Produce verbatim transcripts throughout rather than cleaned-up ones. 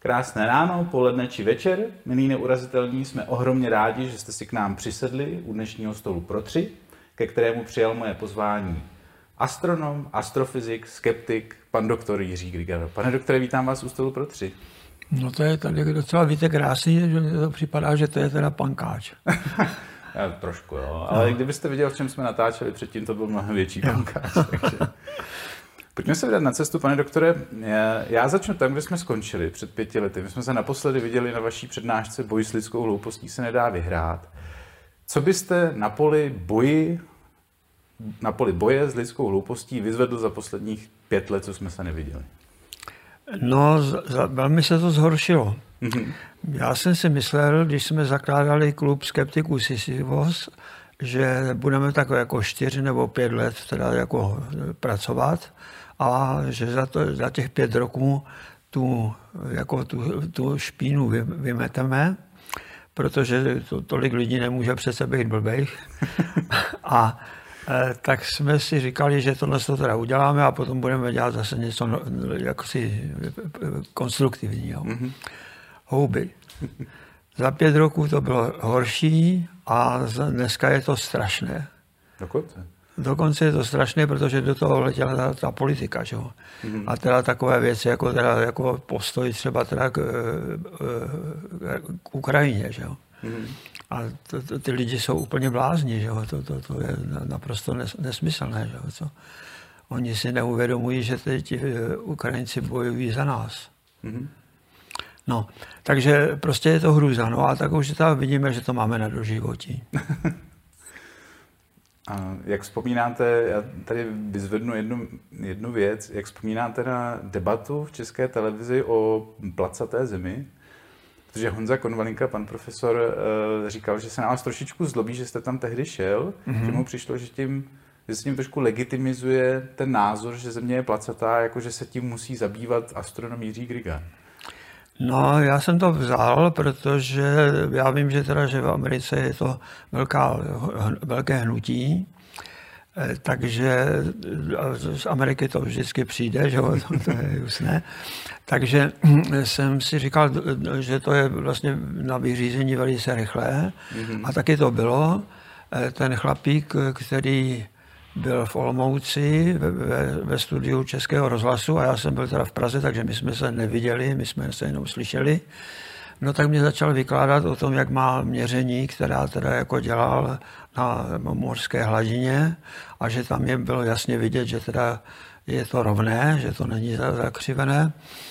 Krásné ráno, poledne či večer. Milí neurazitelní, jsme ohromně rádi, že jste si k nám přisedli u dnešního stolu pro tři, ke kterému přijal moje pozvání astronom, astrofyzik, skeptik, pan doktor Jiří Grigara. Pane doktore, vítám vás u stolu pro tři. No to je tady docela, víte, krásný, že to připadá, že to je teda pankáč. Já, trošku, jo. Ale no. Kdybyste viděl, v čem jsme natáčeli předtím, to byl mnohem větší pankáč. Takže... Pojďme se vydat na cestu, pane doktore. Já začnu tam, kde jsme skončili před pěti lety. My jsme se naposledy viděli na vaší přednášce Boj s lidskou hloupostí se nedá vyhrát. Co byste na poli boji, na poli boje s lidskou hloupostí vyzvedl za posledních pět let, co jsme se neviděli? No, za, velmi se to zhoršilo. Mm-hmm. Já jsem si myslel, když jsme zakládali klub skeptiků Sisyfos, že budeme tak jako čtyři nebo pět let teda jako pracovat a že za, to, za těch pět roků tu, jako tu, tu špínu vy, vymeteme, protože to, tolik lidí nemůže přece být blbejch. A e, tak jsme si říkali, že tohle to teda uděláme a potom budeme dělat zase něco no, jakosi konstruktivního. Mm-hmm. Houby. Za pět roků to bylo horší a dneska je to strašné. Dokonce? Dokonce je to strašné, protože do toho letěla ta, ta politika. Že? Mm-hmm. A teda takové věci, jako, teda, jako postoj třeba teda k, k Ukrajině. Že? Mm-hmm. A to, to, ty lidi jsou úplně blázni. Že? To, to, to je naprosto nes, nesmyslné. Že? Co? Oni si neuvědomují, že ti Ukrajinci bojují za nás. Mm-hmm. No, takže prostě je to hrůza. No a tak už tam vidíme, že to máme na doživotí. A jak vzpomínáte, já tady vyzvednu jednu, jednu věc, jak vzpomínáte na debatu v České televizi o placaté zemi, protože Honza Konvalinka, pan profesor, říkal, že se na vás trošičku zlobí, že jste tam tehdy šel, mm-hmm. že mu přišlo, že tím že se tím trošku legitimizuje ten názor, že země je placatá, jako že se tím musí zabývat astronom Jiří Grigar. No, já jsem to vzal, protože já vím, že teda, že v Americe je to velká, velké hnutí, takže z Ameriky to vždycky přijde, že to, to je jasné. Takže jsem si říkal, že to je vlastně na vyřízení velice rychlé. Mm-hmm. A taky to bylo. Ten chlapík, který byl v Olomouci ve, ve, ve studiu Českého rozhlasu a já jsem byl teda v Praze, takže my jsme se neviděli, my jsme se jenom slyšeli. No tak mě začal vykládat o tom, jak má měření, která teda jako dělal na mořské hladině a že tam je bylo jasně vidět, že teda je to rovné, že to není zakřivené.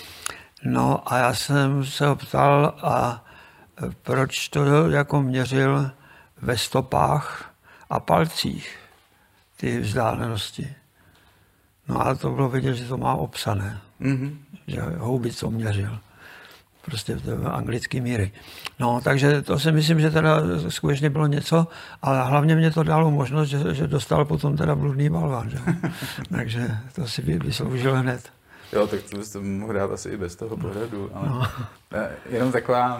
No a já jsem se ho ptal, a proč to jako měřil ve stopách a palcích, ty vzdálenosti. No a to bylo vidět, že to má obsané. Mm-hmm. Že houby to měřil. Prostě v anglické míry. No, takže to si myslím, že teda skutečně bylo něco, ale hlavně mě to dalo možnost, že, že dostal potom teda bludný balvan. Že? Takže to si vysloužil hned. Jo, tak to byste mohl dát asi i bez toho pohledu. Ale no. Jenom taková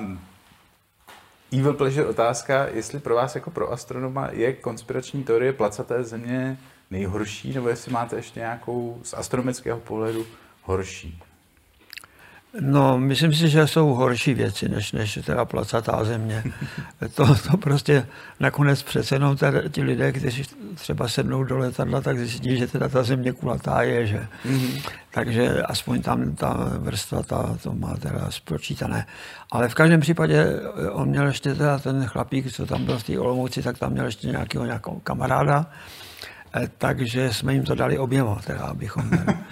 evil pleasure otázka, jestli pro vás jako pro astronoma je konspirační teorie placaté země nejhorší, nebo jestli máte ještě nějakou z astronomického pohledu horší? No, myslím si, že jsou horší věci, než, než teda placatá země. To, to prostě nakonec přece jenom tady, ti lidé, kteří třeba sednou do letadla, tak zjistí, že teda ta země kulatá je, že. Mm-hmm. Takže aspoň tam ta vrstva, ta, to má teda spočítané. Ale v každém případě on měl ještě teda ten chlapík, co tam byl v té Olomouci, tak tam měl ještě nějakého nějakého kamaráda, takže jsme jim to dali oběma, teda, abychom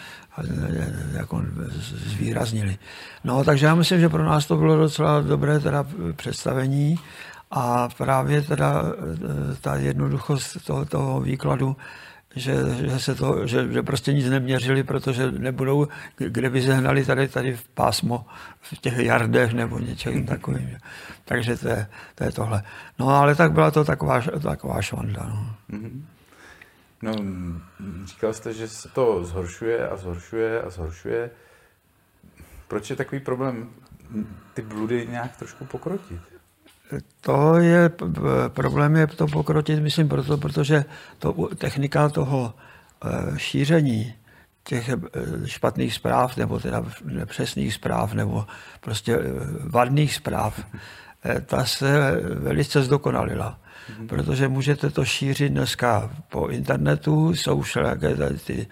jako zvýraznili. No, takže já myslím, že pro nás to bylo docela dobré teda představení a právě teda ta jednoduchost toho, toho výkladu, že, že, se to, že, že prostě nic neměřili, protože nebudou, kde by sehnali tady, tady v pásmo v těch jardech nebo něčem takovým. Takže to je, to je tohle. No, ale tak byla to taková, taková švandla. No. Mm-hmm. No, říkal jste, že se to zhoršuje a zhoršuje a zhoršuje. Proč je takový problém ty bludy nějak trošku pokrotit? To je, problém je to pokrotit, myslím, proto, protože to, technika toho šíření těch špatných zpráv, nebo teda nepřesných zpráv, nebo prostě vadných zpráv, ta se velice zdokonalila. Mm-hmm. Protože můžete to šířit dneska po internetu, jsou všelijaké ty,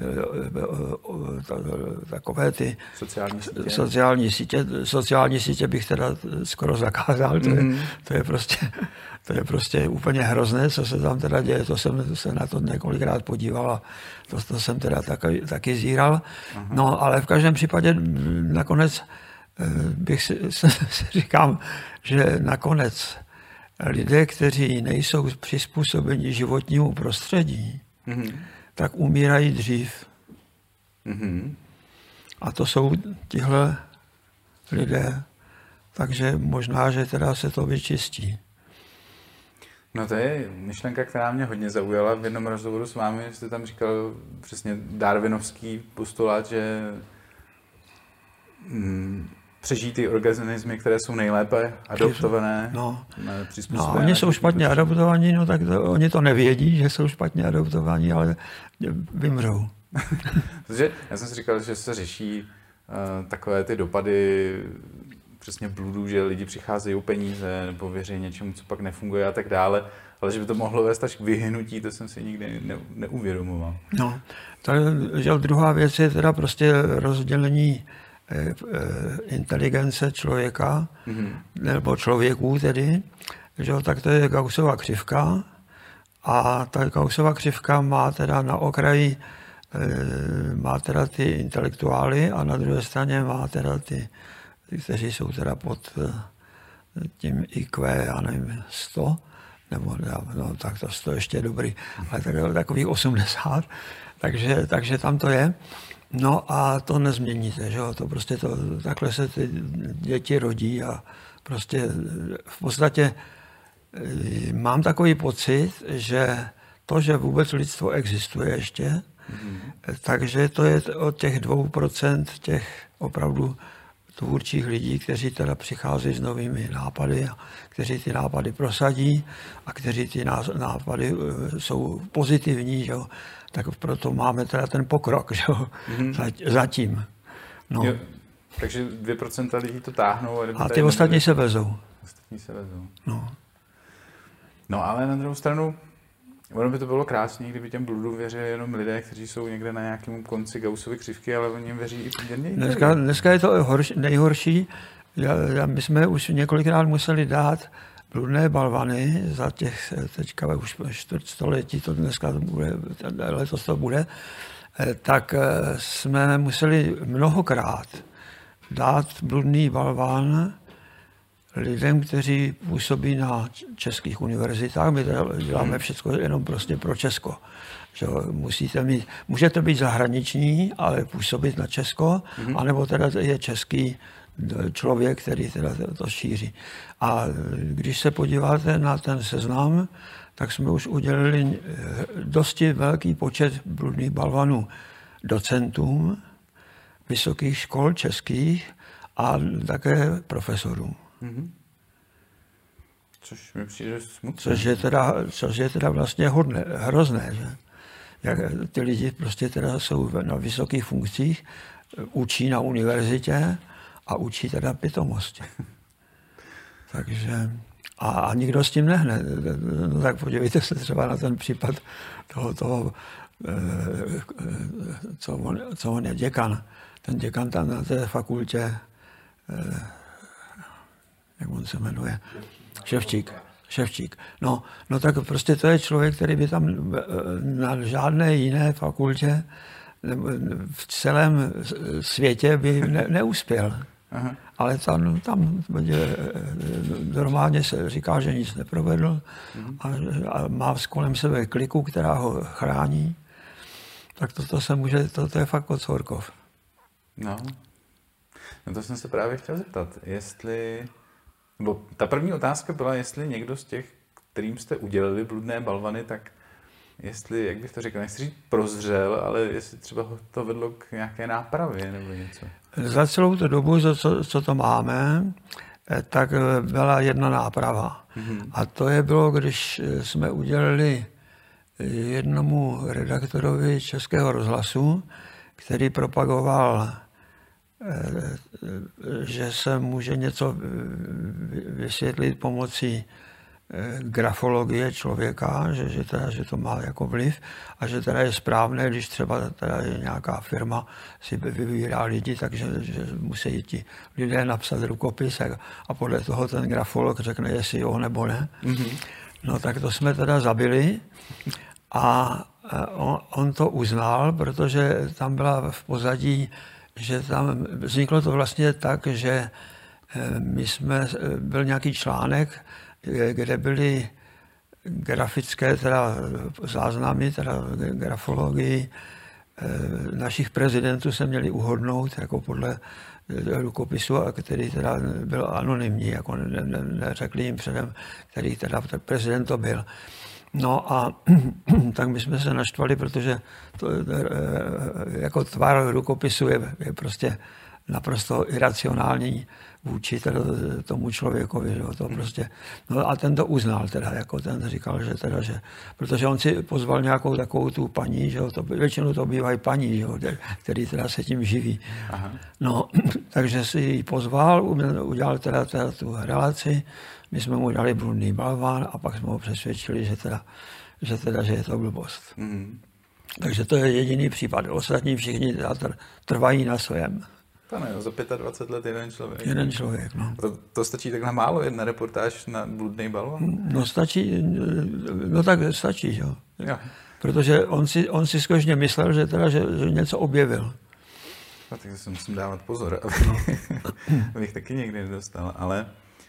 takové ty sociální sítě. Sociální sítě, sociální sítě bych teda skoro zakázal, to je, mm-hmm. to je prostě... To je prostě úplně hrozné, co se tam teda děje. To jsem se na to několikrát podíval a to, to jsem teda taky, taky zíral. Aha. No, ale v každém případě nakonec bych si, se, si říkám, že nakonec lidé, kteří nejsou přizpůsobeni životnímu prostředí, mm-hmm. tak umírají dřív. Mm-hmm. A to jsou tihle lidé. Takže možná, že teda se to vyčistí. No to je myšlenka, která mě hodně zaujala. V jednom rozhovoru s vámi jste tam říkal přesně darwinovský postulát, že mm, přežijí ty organismy, které jsou nejlépe adaptované. No, no oni jsou špatně adaptovaní, no tak to, oni to nevědí, že jsou špatně adaptovaní, ale vymřou. Protože já jsem si říkal, že se řeší uh, takové ty dopady přesně bludů, že lidi přicházejí o peníze nebo věří něčemu, co pak nefunguje a tak dále, ale že by to mohlo vést až k vyhnutí, to jsem si nikdy ne, neuvědomoval. No, takže druhá věc je teda prostě rozdělení eh, inteligence člověka, mm-hmm. nebo člověků tedy, že tak to je Gaussova křivka a ta Gaussova křivka má teda na okraji eh, má teda ty intelektuály a na druhé straně má teda ty kteří jsou teda pod tím I Q, já nevím, sto, nebo no, tak to sto ještě je dobrý, ale tak, takových osmdesát, takže, takže tam to je. No a to nezměníte, že jo, to prostě to, takhle se ty děti rodí a prostě v podstatě mám takový pocit, že to, že vůbec lidstvo existuje ještě, mm-hmm. takže to je od těch dvou procent těch opravdu tvůrčích lidí, kteří teda přicházejí s novými nápady, kteří ty nápady prosadí a kteří ty nápady jsou pozitivní, že jo? Tak proto máme teda ten pokrok, že jo? Mm-hmm. Zatím. No. Jo, takže dvě procenta lidí to táhnou. A, a ty ostatní nebude... se vezou. Ostatní se vezou. No. No ale na druhou stranu, ono by to bylo krásné, kdyby těm bludům věřili jenom lidé, kteří jsou někde na nějakém konci Gaussovy křivky, ale oni jim věří i poměrně. Dneska, dneska je to horší, nejhorší. Já, já, my jsme už několikrát museli dát bludné balvany za těch, teďka už čtvrtstoletí, to dneska to bude, letos to bude, tak jsme museli mnohokrát dát bludný balvan lidem, kteří působí na českých univerzitách. My děláme všechno jenom prostě pro Česko. Že musíte mít, můžete být zahraniční, ale působit na Česko, mm-hmm. anebo teda je český člověk, který teda to šíří. A když se podíváte na ten seznam, tak jsme už udělali dosti velký počet bludných balvanů docentům vysokých škol českých a také profesorům. Mm-hmm. Což mi přijde smutné. Což je teda, což je teda vlastně hodné, hrozné, že? Jak ty lidi prostě teda jsou na vysokých funkcích, učí na univerzitě a učí teda pitomosti. Takže a, a nikdo s tím nehne. No tak podívejte se třeba na ten případ toho, toho co, on, co on je děkan. Ten děkan tam na té fakultě, jak on se jmenuje, Ševčík. Ševčík. No, no tak prostě to je člověk, který by tam na žádné jiné fakultě v celém světě by ne, neuspěl. Aha. Ale tam, tam normálně se říká, že nic neprovedl a, a má kolem sebe kliku, která ho chrání. Tak to, to se může, to, to je fakt Kocourkov. No. No to jsem se právě chtěl zeptat, jestli, nebo ta první otázka byla, jestli někdo z těch, kterým jste udělali bludné balvany, tak jestli, jak bych to řekl, nechci říct prozřel, ale jestli třeba to vedlo k nějaké nápravě nebo něco. Za celou tu dobu, co, co to máme, tak byla jedna náprava. Mm-hmm. A to je bylo, když jsme udělali jednomu redaktorovi Českého rozhlasu, který propagoval, že se může něco vysvětlit pomocí grafologie člověka, že, že, teda, že to má jako vliv a že teda je správné, když třeba teda je nějaká firma si vybírá lidi, takže že musí ti lidé napsat rukopis a, a podle toho ten grafolog řekne, jestli jo nebo ne. Mm-hmm. No tak to jsme teda zabili a on, on to uznal, protože tam byla v pozadí, že tam vzniklo to vlastně tak, že my jsme, byl nějaký článek, kde byly grafické teda záznamy, teda grafologii našich prezidentů se měli uhodnout jako podle rukopisu, který teda byl anonymní, jako ne, ne, neřekli jim předem, který teda prezident to byl. No a tak my jsme se naštvali, protože to, jako tvar rukopisu je, je prostě naprosto iracionální vůči teda tomu člověkovi, že to prostě, no a ten to uznal teda, jako ten říkal, že teda, že, protože on si pozval nějakou takovou tu paní, že to, většinou to bývají paní, že který teda se tím živí. Aha. No, takže si ji pozval, udělal teda, teda tu relaci, my jsme mu dali bludný balván a pak jsme ho přesvědčili, že teda, že, teda, že je to blbost. Mm. Takže to je jediný případ. Ostatní všichni teda trvají na svém. Pane, za dvacet pět let jeden člověk. Jeden člověk, no. To, to stačí takhle málo, jedna reportáž na bludný balvan? No stačí, no tak stačí, jo. jo. Protože on si, on si skutečně myslel, že teda, že, že něco objevil. No, tak si musím dávat pozor, abych taky někdy nedostal, ale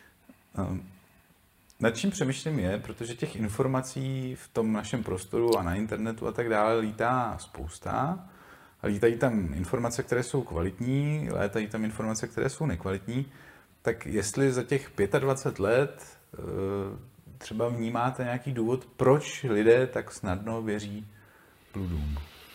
um, nad čím přemýšlím je, protože těch informací v tom našem prostoru a na internetu a tak dále lítá spousta. A lítají tam informace, které jsou kvalitní, létají tam informace, které jsou nekvalitní. Tak jestli za těch dvacet pět let třeba vnímáte nějaký důvod, proč lidé tak snadno věří bludům?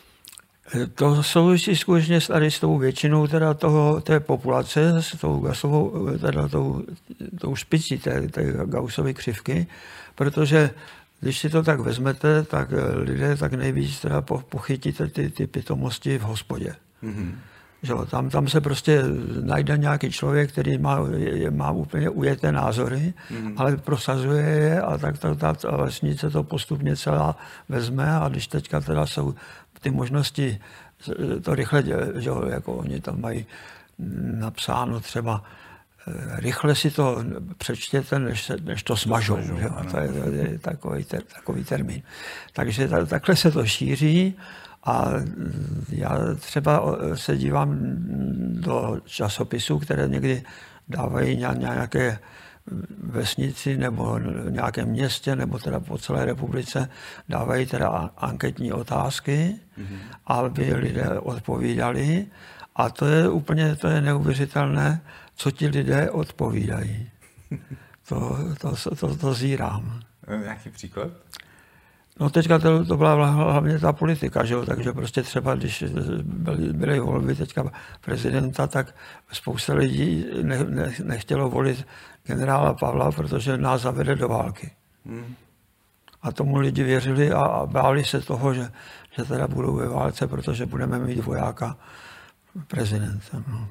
To souvisí skutečně tady s tou většinou teda toho, té populace, s tou gasovou, teda tou, tou špicí té, té Gaussovy křivky, protože když si to tak vezmete, tak lidé tak nejvíc teda pochytíte ty, ty pitomosti v hospodě. Mm-hmm. Že tam, tam se prostě najde nějaký člověk, který má, je, má úplně ujeté názory, mm-hmm. ale prosazuje je a tak ta, ta, ta vesnice to postupně celá vezme a když teďka teda jsou ty možnosti to rychle, že jako oni tam mají napsáno třeba rychle si to přečtěte, než, se, než to smažou. To, že? To je, to je takový, ter, takový termín. Takže ta, takhle se to šíří a já třeba se dívám do časopisů, které někdy dávají nějaké vesnici nebo nějakém městě, nebo teda po celé republice, dávají teda anketní otázky, mm-hmm. aby lidé odpovídali. A to je úplně, to je neuvěřitelné, co ti lidé odpovídají. To, to, to, to zírám. Nějaký příklad? No teďka to, to byla hlavně ta politika, že jo? Takže prostě třeba, když byly, byly volby teďka prezidenta, tak spousta lidí ne, ne, nechtělo volit generála Pavla, protože nás zavede do války. Hmm. A tomu lidi věřili a, a báli se toho, že, že teda budou ve válce, protože budeme mít vojáka prezidenta. No.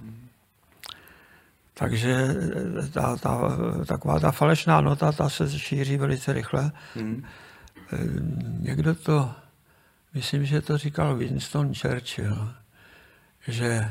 Takže ta, ta, taková ta falešná nota, ta se šíří velice rychle. Hmm. Někdo to, myslím, že to říkal Winston Churchill, že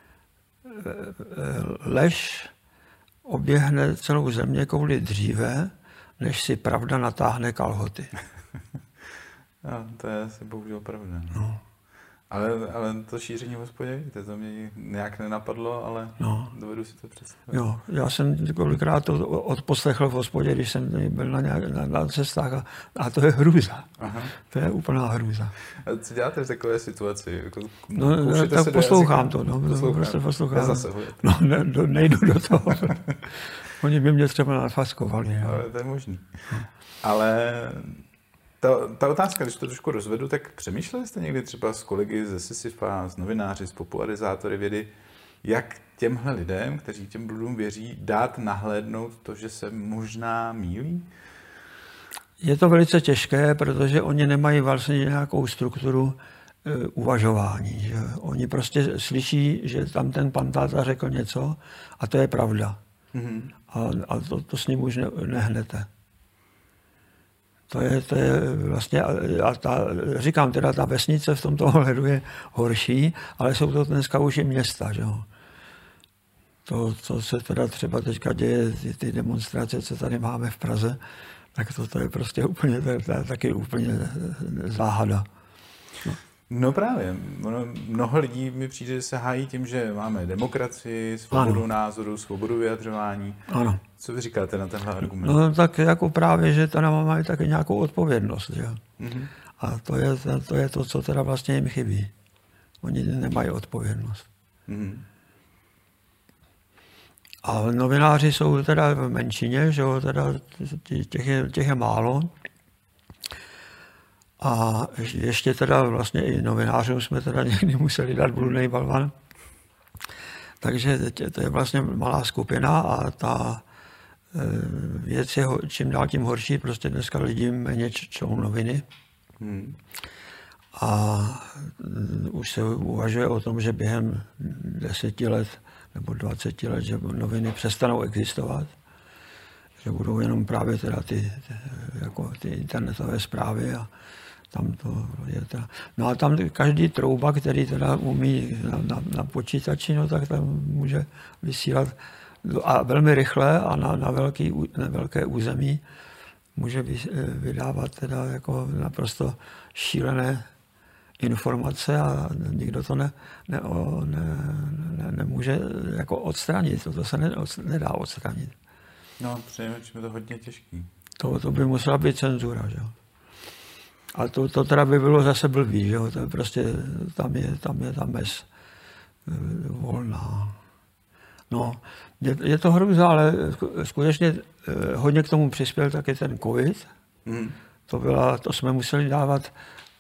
lež oběhne celou zeměkouli dříve, než si pravda natáhne kalhoty. No, to je asi bohužel pravda. No. Ale, ale to šíření v hospodě, víte, to mě nějak nenapadlo, ale no. Dovedu si to představit. Jo, já jsem kolikrát to odposlechl v hospodě, když jsem byl na, nějak, na, na cestách a, a to je hrůza. Aha. To je úplná hrůza. A co děláte v takové situaci? Jako, no, no tak poslouchám to, no, poslouchám. Prostě poslouchám. Nezasahujete. No, ne, do, nejdu do toho. Oni by mě třeba nafaskovali. Ale to je možný. Ale Ta, ta otázka, když to trošku rozvedu, tak přemýšleli jste někdy třeba s kolegy ze Sisyfa, s novináři, s popularizátory vědy, jak těmhle lidem, kteří těm bludům věří, dát nahlédnout to, že se možná mýlí? Je to velice těžké, protože oni nemají vlastně nějakou strukturu, uvažování. Že oni prostě slyší, že tam ten pan táta řekl něco a to je pravda. Mm-hmm. A, a to, to s ním už ne, nehnete. To je, to je vlastně, a ta, říkám teda, ta vesnice v tomto ohledu je horší, ale jsou to dneska už i města. Že jo. To, co se teda třeba teďka děje, ty, ty demonstrace, co tady máme v Praze, tak to, to je prostě úplně, to je, to je taky úplně záhada. No. No právě. Mnoho lidí mi přijde, že se hájí tím, že máme demokracii, svobodu ano. názoru, svobodu vyjadřování. Ano. Co vy říkáte na tenhle argument? No tak jako právě, že teda mají taky nějakou odpovědnost. Že? Mm-hmm. A to je, to je to, co teda vlastně jim chybí. Oni nemají odpovědnost. Mm-hmm. A novináři jsou teda v menšině, že jo, teda těch je, těch je málo. A ještě teda vlastně i novinářům jsme teda někdy museli dát bludný balvan. Takže to je vlastně malá skupina a ta věc je čím dál tím horší, prostě dneska lidi méně čtou noviny. Hmm. A už se uvažuje o tom, že během deseti let nebo dvaceti let, že noviny přestanou existovat, že budou jenom právě teda ty, ty, jako ty internetové zprávy a tam to je teda. No a tam každý trouba, který teda umí na, na, na počítači, no tak tam může vysílat a velmi rychle a na, na, velký, na velké území může vydávat teda jako naprosto šílené informace a nikdo to ne, ne, ne, ne, nemůže jako odstranit. To, to se ne, nedá odstranit. No, přinejmenším je to hodně těžký. To, to by musela být cenzura, že jo. A to, to teda by bylo zase blbý, že jo. To je prostě, tam je, tam je ta mez volná. No, je, je to hrůza, ale skutečně hodně k tomu přispěl taky ten covid. Mm. To, byla, to jsme museli dávat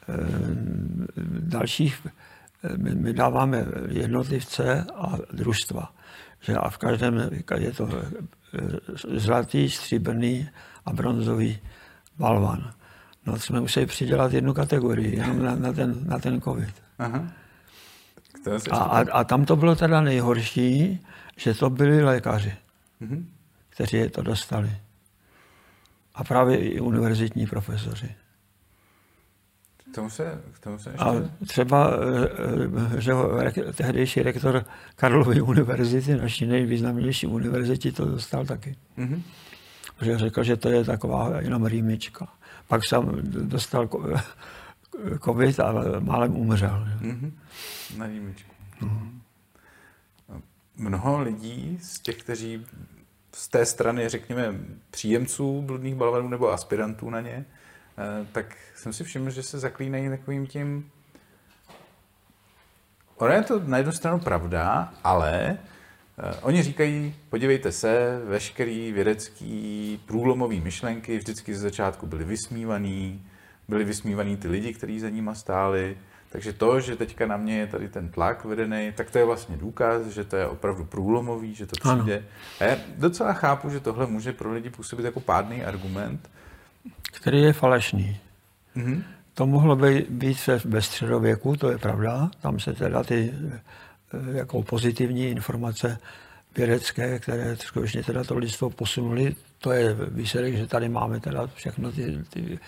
dalších, my, my dáváme jednotlivce a družstva. Že a v každém je to zlatý, stříbrný a bronzový balvan. No, jsme museli přidělat jednu kategorii, jenom na, na, ten, na ten covid. Aha. A, a, a tam to bylo teda nejhorší, že to byli lékaři, mm-hmm. kteří to dostali. A právě i univerzitní profesoři. K tomu se, k tomu se ještě... A třeba že tehdejší rektor Karlovy univerzity, naší nejvýznamnější univerzity, to dostal taky. Mm-hmm. Protože řekl, že to je taková jenom rýmička. Pak jsem dostal covid a málem umřel. Mm-hmm. Na rýmičku. Mm-hmm. Mnoho lidí z těch, kteří z té strany, řekněme, příjemců bludných balvanů nebo aspirantů na ně, tak jsem si všiml, že se zaklínají takovým tím... Ono je to na jednu stranu pravda, ale oni říkají, podívejte se, veškerý vědecký průlomový myšlenky vždycky ze začátku byly vysmívaný, byli vysmívaný ty lidi, kteří za nima stáli, takže to, že teďka na mě je tady ten tlak vedený, tak to je vlastně důkaz, že to je opravdu průlomový, že to přijde. Ano. A já docela chápu, že tohle může pro lidi působit jako pádný argument. Který je falešný. Mm-hmm. To mohlo být ve středověku, to je pravda. Tam se teda ty jako pozitivní informace vědecké, které skutečně teda to lidstvo posunuli, to je výsledek, že tady máme teda všechno ty, ty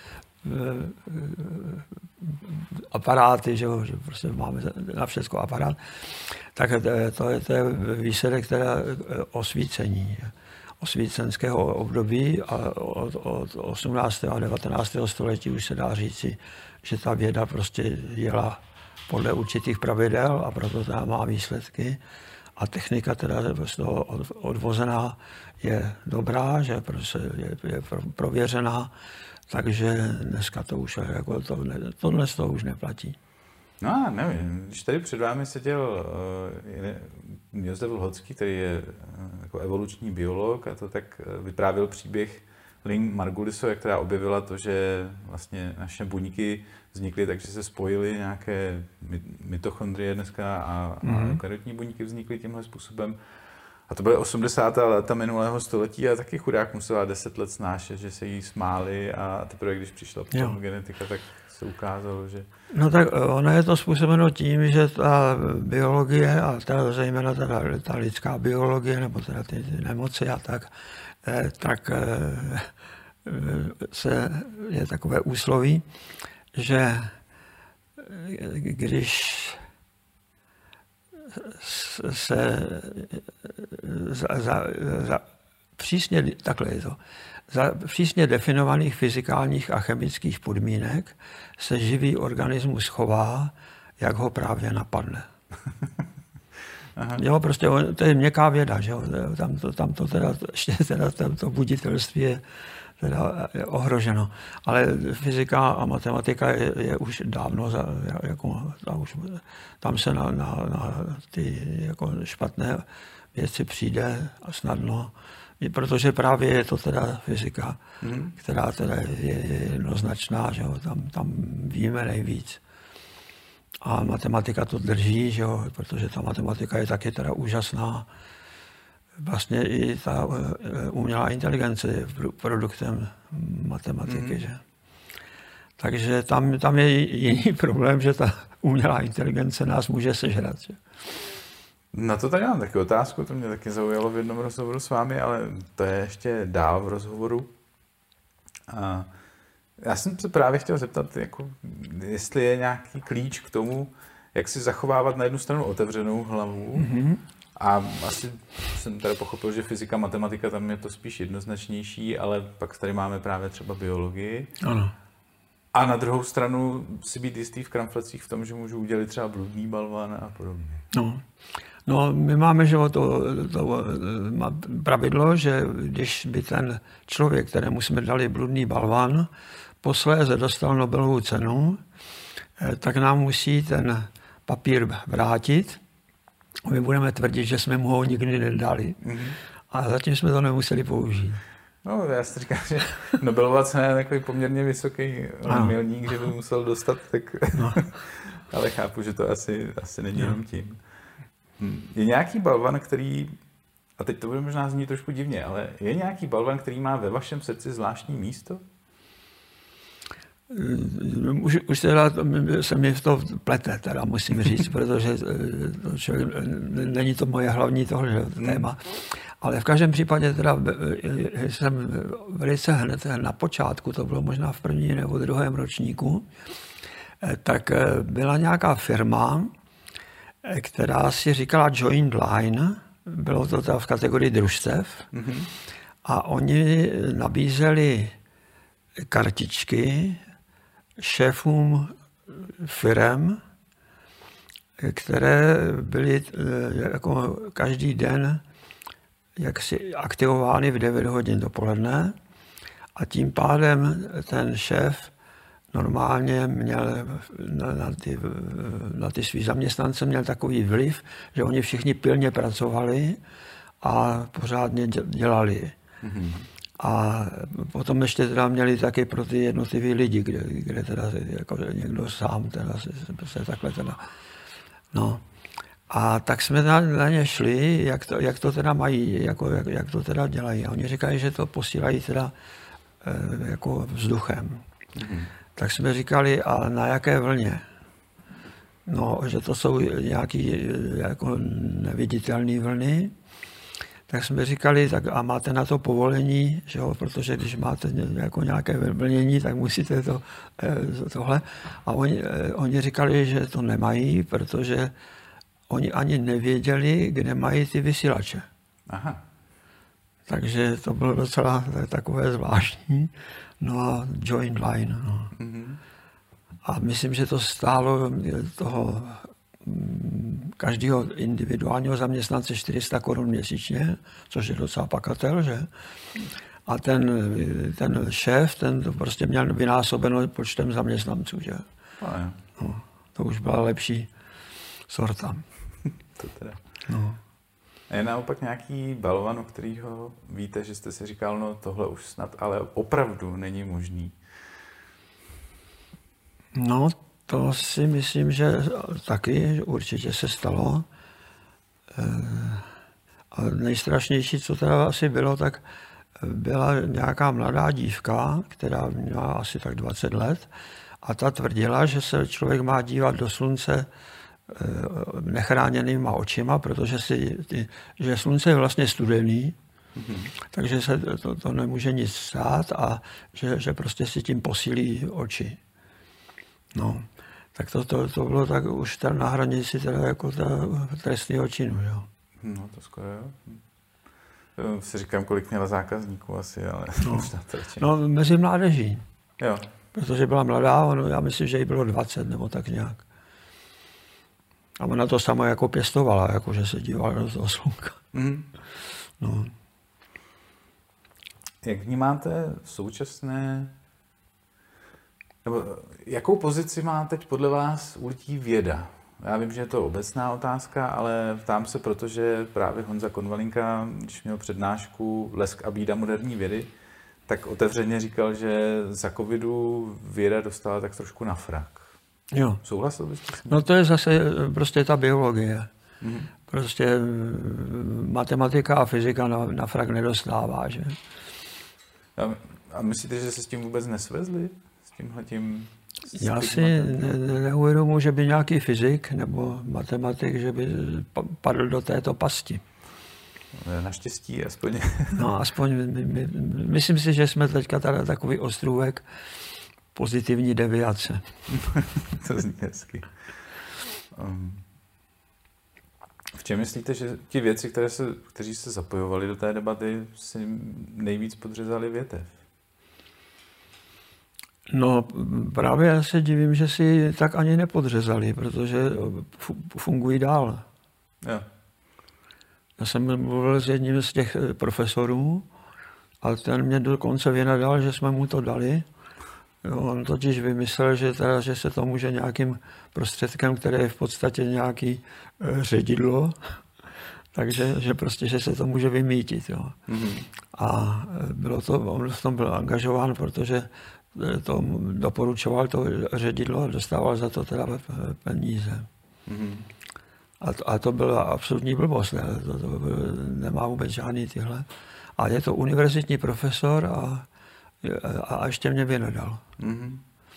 aparáty, že, že prostě máme na všechno aparát, tak to je, to je výsledek teda osvícení, osvícenského období a od, od osmnáctého a devatenáctého století už se dá říci, že ta věda prostě jela podle určitých pravidel a proto teda má výsledky. A technika teda z toho odvozená je dobrá, že prostě je, je prověřená, takže dneska to už jako to, tohle z toho už neplatí. No a nevím, když tady před vámi seděl uh, Josef Lhocký, který je uh, jako evoluční biolog a to tak uh, vyprávěl příběh Lynn Margulisové, která objevila to, že vlastně naše buňky vznikly, takže se spojily nějaké mitochondrie dneska a, mm-hmm. a eukaryotní buňky vznikly tímhle způsobem. A to byly osmdesátá léta minulého století a taky chudák musela deset let snášet, že se jí smáli a teprve když přišla potom genetika, tak se ukázalo, že... No tak ono je to způsobeno tím, že ta biologie, a teda zejména teda ta lidská biologie, nebo teda ty, ty nemoci a tak, tak se, je takové úsloví, že když se za, za, za přísně, takhle je to, za přísně definovaných fyzikálních a chemických podmínek se živý organismus chová, jak ho právě napadne. Aha. Jo, prostě to je měkká věda, že jo? Tam to, tam to teda, ještě teda to buditelství je teda je ohroženo. Ale fyzika a matematika je, je už dávno, za, jako, tam, už, tam se na, na, na ty jako špatné věci přijde a snadno, protože právě je to teda fyzika, hmm. která teda je jednoznačná, že jo? Tam, tam víme nejvíc. A matematika to drží, že jo? Protože ta matematika je taky teda úžasná. Vlastně i ta umělá inteligence je produktem matematiky. Mm. Že? Takže tam, tam je jiný problém, že ta umělá inteligence nás může sežrat. Že? Na to tady mám taky otázku, to mě taky zaujalo v jednom rozhovoru s vámi, ale to je ještě dál v rozhovoru. A já jsem se právě chtěl zeptat, jako, jestli je nějaký klíč k tomu, jak si zachovávat na jednu stranu otevřenou hlavu, mm-hmm. A asi jsem tady pochopil, že fyzika, matematika, tam je to spíš jednoznačnější, ale pak tady máme právě třeba biologii. Ano. A na druhou stranu si být jistý v kramflecích v tom, že můžu udělat třeba bludný balvan a podobně. No, no my máme že to, to pravidlo, že když by ten člověk, kterému jsme dali bludný balvan, posléze dostal Nobelovu cenu, tak nám musí ten papír vrátit. My budeme tvrdit, že jsme mu ho nikdy nedali. Mm-hmm. A zatím jsme to nemuseli použít. No, já si říkám, že Nobelova cena je takový poměrně vysoký milník, že by musel dostat, tak... No. Ale chápu, že to asi, asi není no. jenom tím. Je nějaký balvan, který, a teď to bude možná znít trošku divně, ale je nějaký balvan, který má ve vašem srdci zvláštní místo? Už, už teda se mi v to plete, teda musím říct, protože to člověk, není to moje hlavní tohle téma. Ale v každém případě teda jsem velice hned na počátku, to bylo možná v první nebo druhém ročníku, tak byla nějaká firma, která si říkala Joint Line, bylo to teda v kategorii družstev, mm-hmm. a oni nabízeli kartičky šéfům firem, které byly jako každý den jaksi aktivovány v devět hodin dopoledne a tím pádem ten šéf normálně měl na, na ty, na ty svý zaměstnance měl takový vliv, že oni všichni pilně pracovali a pořádně dělali. Mm-hmm. A potom ještě teda měli taky pro ty jednotlivý lidi, kde, kde teda jako někdo sám teda se, se takhle teda, no. A tak jsme na, na ně šli, jak to, jak to teda mají, jako, jak, jak to teda dělají. A oni říkají, že to posílají teda e, jako vzduchem. Mm-hmm. Tak jsme říkali, a na jaké vlně? No, že to jsou nějaký jako neviditelné vlny. Tak jsme říkali, tak a máte na to povolení, že jo, protože když máte jako nějaké vlnění, tak musíte to, tohle. A oni, oni říkali, že to nemají, protože oni ani nevěděli, kde mají ty vysílače. Aha. Takže to bylo docela takové zvláštní. No a Joint Line. No. Mm-hmm. A myslím, že to stálo toho každého individuálního zaměstnance čtyři sta korun měsíčně, což je docela pakatel, že? A ten, ten šéf, ten to prostě měl vynásobeno počtem zaměstnanců, že? No, to už byla lepší sorta. To teda. No. A je naopak nějaký balvan, o kterýho víte, že jste si říkal, no tohle už snad, ale opravdu není možný? No, to si myslím, že taky určitě se stalo. A nejstrašnější, co teda asi bylo, tak byla nějaká mladá dívka, která měla asi tak dvacet let, a ta tvrdila, že se člověk má dívat do slunce nechráněnýma očima, protože si, že slunce je vlastně studený, mm-hmm. takže se to, to nemůže nic stát a že, že prostě si tím posílí oči. No, tak to, to, to bylo tak už tam na hranici teda jako ta trestného činu, jo. No, to skoro jo. Já si říkám, kolik měla zákazníků asi, ale no. možná to radši. No, mezi mládeží. Jo. Protože byla mladá, ono, já myslím, že jí bylo dvacet nebo tak nějak. A ona to sama jako pěstovala, jako že se dívala do toho slunka. Mm. No. Jak vnímáte současné, nebo jakou pozici má teď podle vás u lidí věda? Já vím, že je to obecná otázka, ale ptám se, protože právě Honza Konvalinka, když měl přednášku Lesk a bída moderní vědy, tak otevřeně říkal, že za covidu věda dostala tak trošku na frak. Jo. Souhlasil byste s tím? No to je zase prostě ta biologie. Mm. Prostě matematika a fyzika na, na frak nedostává, že? A, a myslíte, že se s tím vůbec nesvezli? S tímhletím? S Já si ne, neuvědomuji, že by nějaký fyzik nebo matematik, že by padl do této pasti. Naštěstí aspoň. No aspoň, my, my, myslím si, že jsme teďka tady takový ostrůvek pozitivní deviace. To zní hezky. Um, v čem myslíte, že ti věci, které se, kteří se zapojovali do té debaty, si nejvíc podřezali větev? No právě já se divím, že si tak ani nepodřezali, protože fungují dál. Jo. Já jsem mluvil s jedním z těch profesorů a ten mě dokonce vynadal, že jsme mu to dali. On totiž vymyslel, že, teda, že se to může nějakým prostředkem, které je v podstatě nějaký e, ředidlo, takže že prostě, že se to může vymítit. Jo. Mm-hmm. A bylo to, on v tom byl angažován, protože to doporučoval to ředidlo a dostával za to teda peníze. Mm-hmm. A, to, a to byla absolutní blbost, ne? To, to nemá vůbec žádný tyhle. A je to univerzitní profesor a A ještě mě vynadal. Mm-hmm.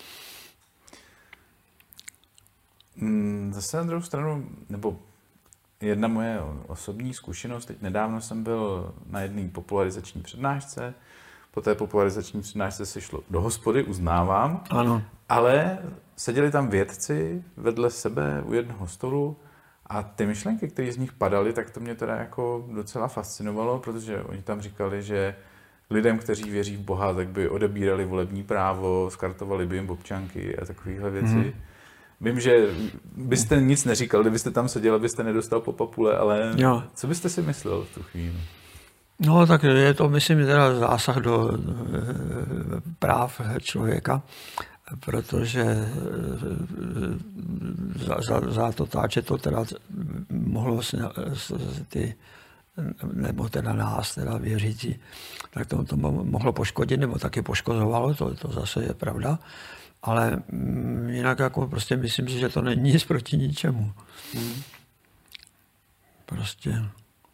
Zase na druhou stranu, nebo jedna moje osobní zkušenost, teď nedávno jsem byl na jedné popularizační přednášce, po té popularizační přednášce se šlo do hospody, uznávám, ano. Ale seděli tam vědci vedle sebe u jednoho stolu a ty myšlenky, které z nich padaly, tak to mě teda jako docela fascinovalo, protože oni tam říkali, že lidem, kteří věří v Boha, tak by odebírali volební právo, skartovali by jim občanky a takovéhle věci. Hmm. Vím, že byste nic neříkal, kdybyste tam seděl, byste nedostal po papule, ale jo. Co byste si myslel v tu chvíli? No tak je to, myslím, teda zásah do práv člověka, protože za, za, za to táče to teda mohlo ty nebo teda nás, teda věřící, tak to, to mohlo poškodit, nebo taky poškozovalo, to, to zase je pravda, ale jinak jako prostě myslím si, že to není nic proti ničemu. Hmm. Prostě.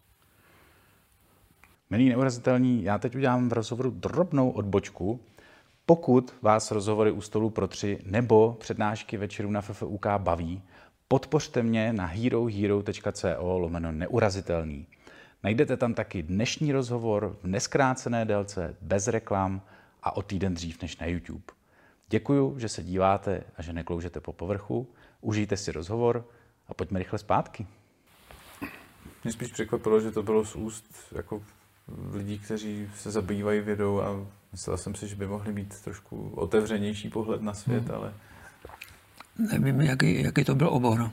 Milí neurazitelní, já teď udělám v rozhovoru drobnou odbočku. Pokud vás rozhovory u stolu pro tři nebo přednášky večerů na F F U K baví, podpořte mě na herohero.co lomeno neurazitelný. Najdete tam taky dnešní rozhovor v neskrácené délce, bez reklam a o týden dřív než na YouTube. Děkuju, že se díváte a že nekloužete po povrchu. Užijte si rozhovor a pojďme rychle zpátky. Mě spíš překvapilo, že to bylo z úst jako lidí, kteří se zabývají vědou a myslel jsem si, že by mohli mít trošku otevřenější pohled na svět, hmm. ale... Nevím, jaký, jaký to byl obor.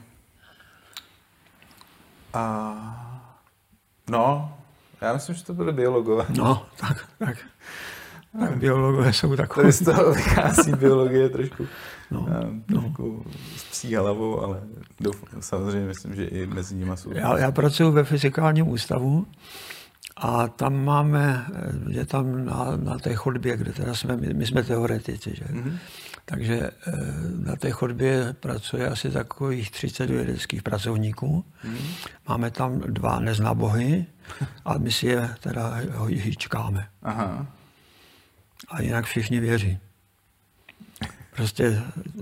A... No, já myslím, že to byly biologové. No, tak, tak. tak biologové jsou takové. Tady z toho vychází biologie trošku, no, trošku no. s psí hlavou, ale doufám, samozřejmě myslím, že i mezi nimi jsou. Já, já pracuji ve fyzikálním ústavu a tam máme, je tam na, na té chodbě, kde teda jsme, my jsme teoretici, že? Mm-hmm. Takže na té chodbě pracuje asi takových třicet vědeckých pracovníků. Hmm. Máme tam dva neznabohy a my si je teda hýčkáme. Aha. A jinak všichni věří. Prostě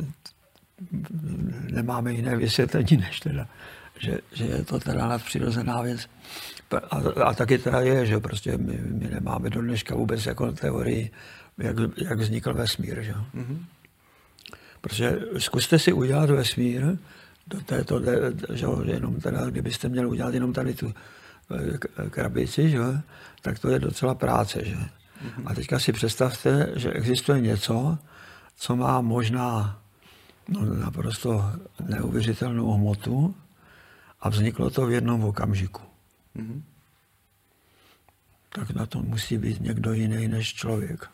nemáme jiné vysvětlení, než teda, že, že je to teda nadpřirozená věc. A, a taky teda je, že prostě my, my nemáme do dneška vůbec jako teorii, jak, jak vznikl vesmír. Že? Mm-hmm. Protože zkuste si udělat vesmír, do této, že jenom teda, kdybyste měli udělat jenom tady tu krabici, že? Tak to je docela práce. Že? Mm-hmm. A teďka si představte, že existuje něco, co má možná no, naprosto neuvěřitelnou hmotu a vzniklo to v jednom okamžiku. Mm-hmm. Tak na to musí být někdo jiný než člověk.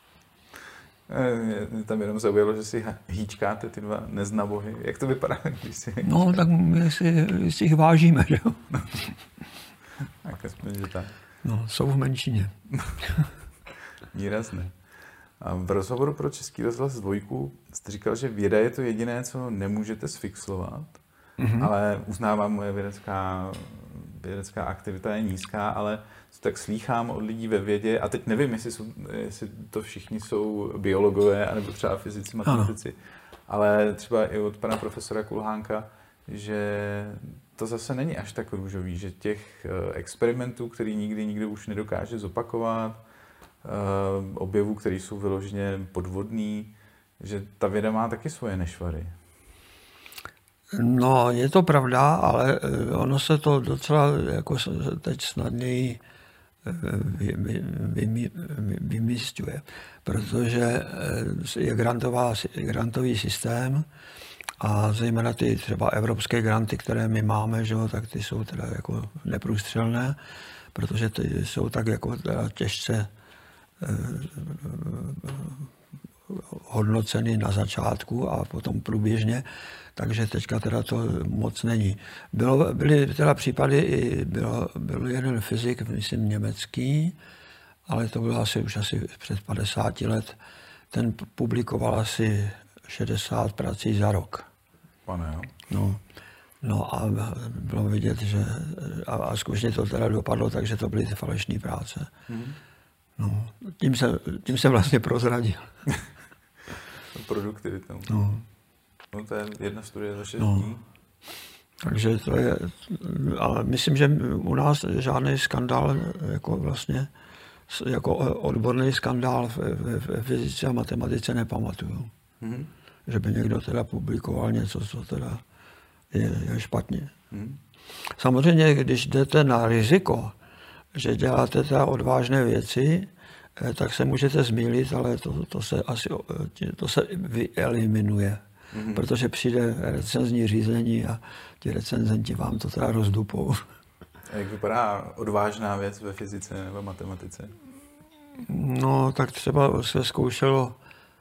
Mě tam jenom zaujalo, že si hýčkáte ty dva neznabohy. Jak to vypadá, když si... No, tak my si, si jich vážíme, že jo? Tak aspoň, že tak. No, jsou v menšině. Výrazné. A v rozhovoru pro Český rozhlas dvojku jste říkal, že věda je to jediné, co nemůžete sfixlovat, mm-hmm. ale uznávám, moje vědecká, vědecká aktivita je nízká, ale tak slýchám od lidí ve vědě, a teď nevím, jestli, jsou, jestli to všichni jsou biologové, anebo třeba fyzici, matematici, ano. ale třeba i od pana profesora Kulhánka, že to zase není až tak růžový, že těch experimentů, který nikdy nikdo už nedokáže zopakovat, objevů, které jsou vyloženě podvodný, že ta věda má taky svoje nešvary. No, je to pravda, ale ono se to docela jako teď snadněji vymísťuje, protože je grantová, grantový systém a zejména ty třeba evropské granty, které my máme, že, tak ty jsou teda jako neprůstřelné, protože ty jsou tak jako teda těžce hodnoceny na začátku a potom průběžně, takže teďka teda to moc není. Bylo, byly teda případy, i bylo, byl jeden fyzik, myslím německý, ale to bylo asi už asi před padesáti let, ten publikoval asi šedesát prací za rok. Pane, jo. No, no a bylo vidět, že a, a skutečně to teda dopadlo, takže to byly ty falešné práce. Hmm. No, tím se, tím se vlastně prozradil. Produktivitou. No. No, to je jedna studie za šest no. dní. Takže to je, ale myslím, že u nás žádný skandál, jako vlastně, jako odborný skandál ve fyzice a matematice nepamatuju. Mm-hmm. Že by někdo teda publikoval něco, co teda je, je špatně. Mm-hmm. Samozřejmě, když jdete na riziko, že děláte teda odvážné věci, tak se můžete zmýlit, ale to, to se asi to se vyeliminuje. Mm-hmm. Protože přijde recenzní řízení a ti recenzenti vám to teda rozdupou. A jak vypadá odvážná věc ve fyzice nebo matematice? No, tak třeba se zkoušelo,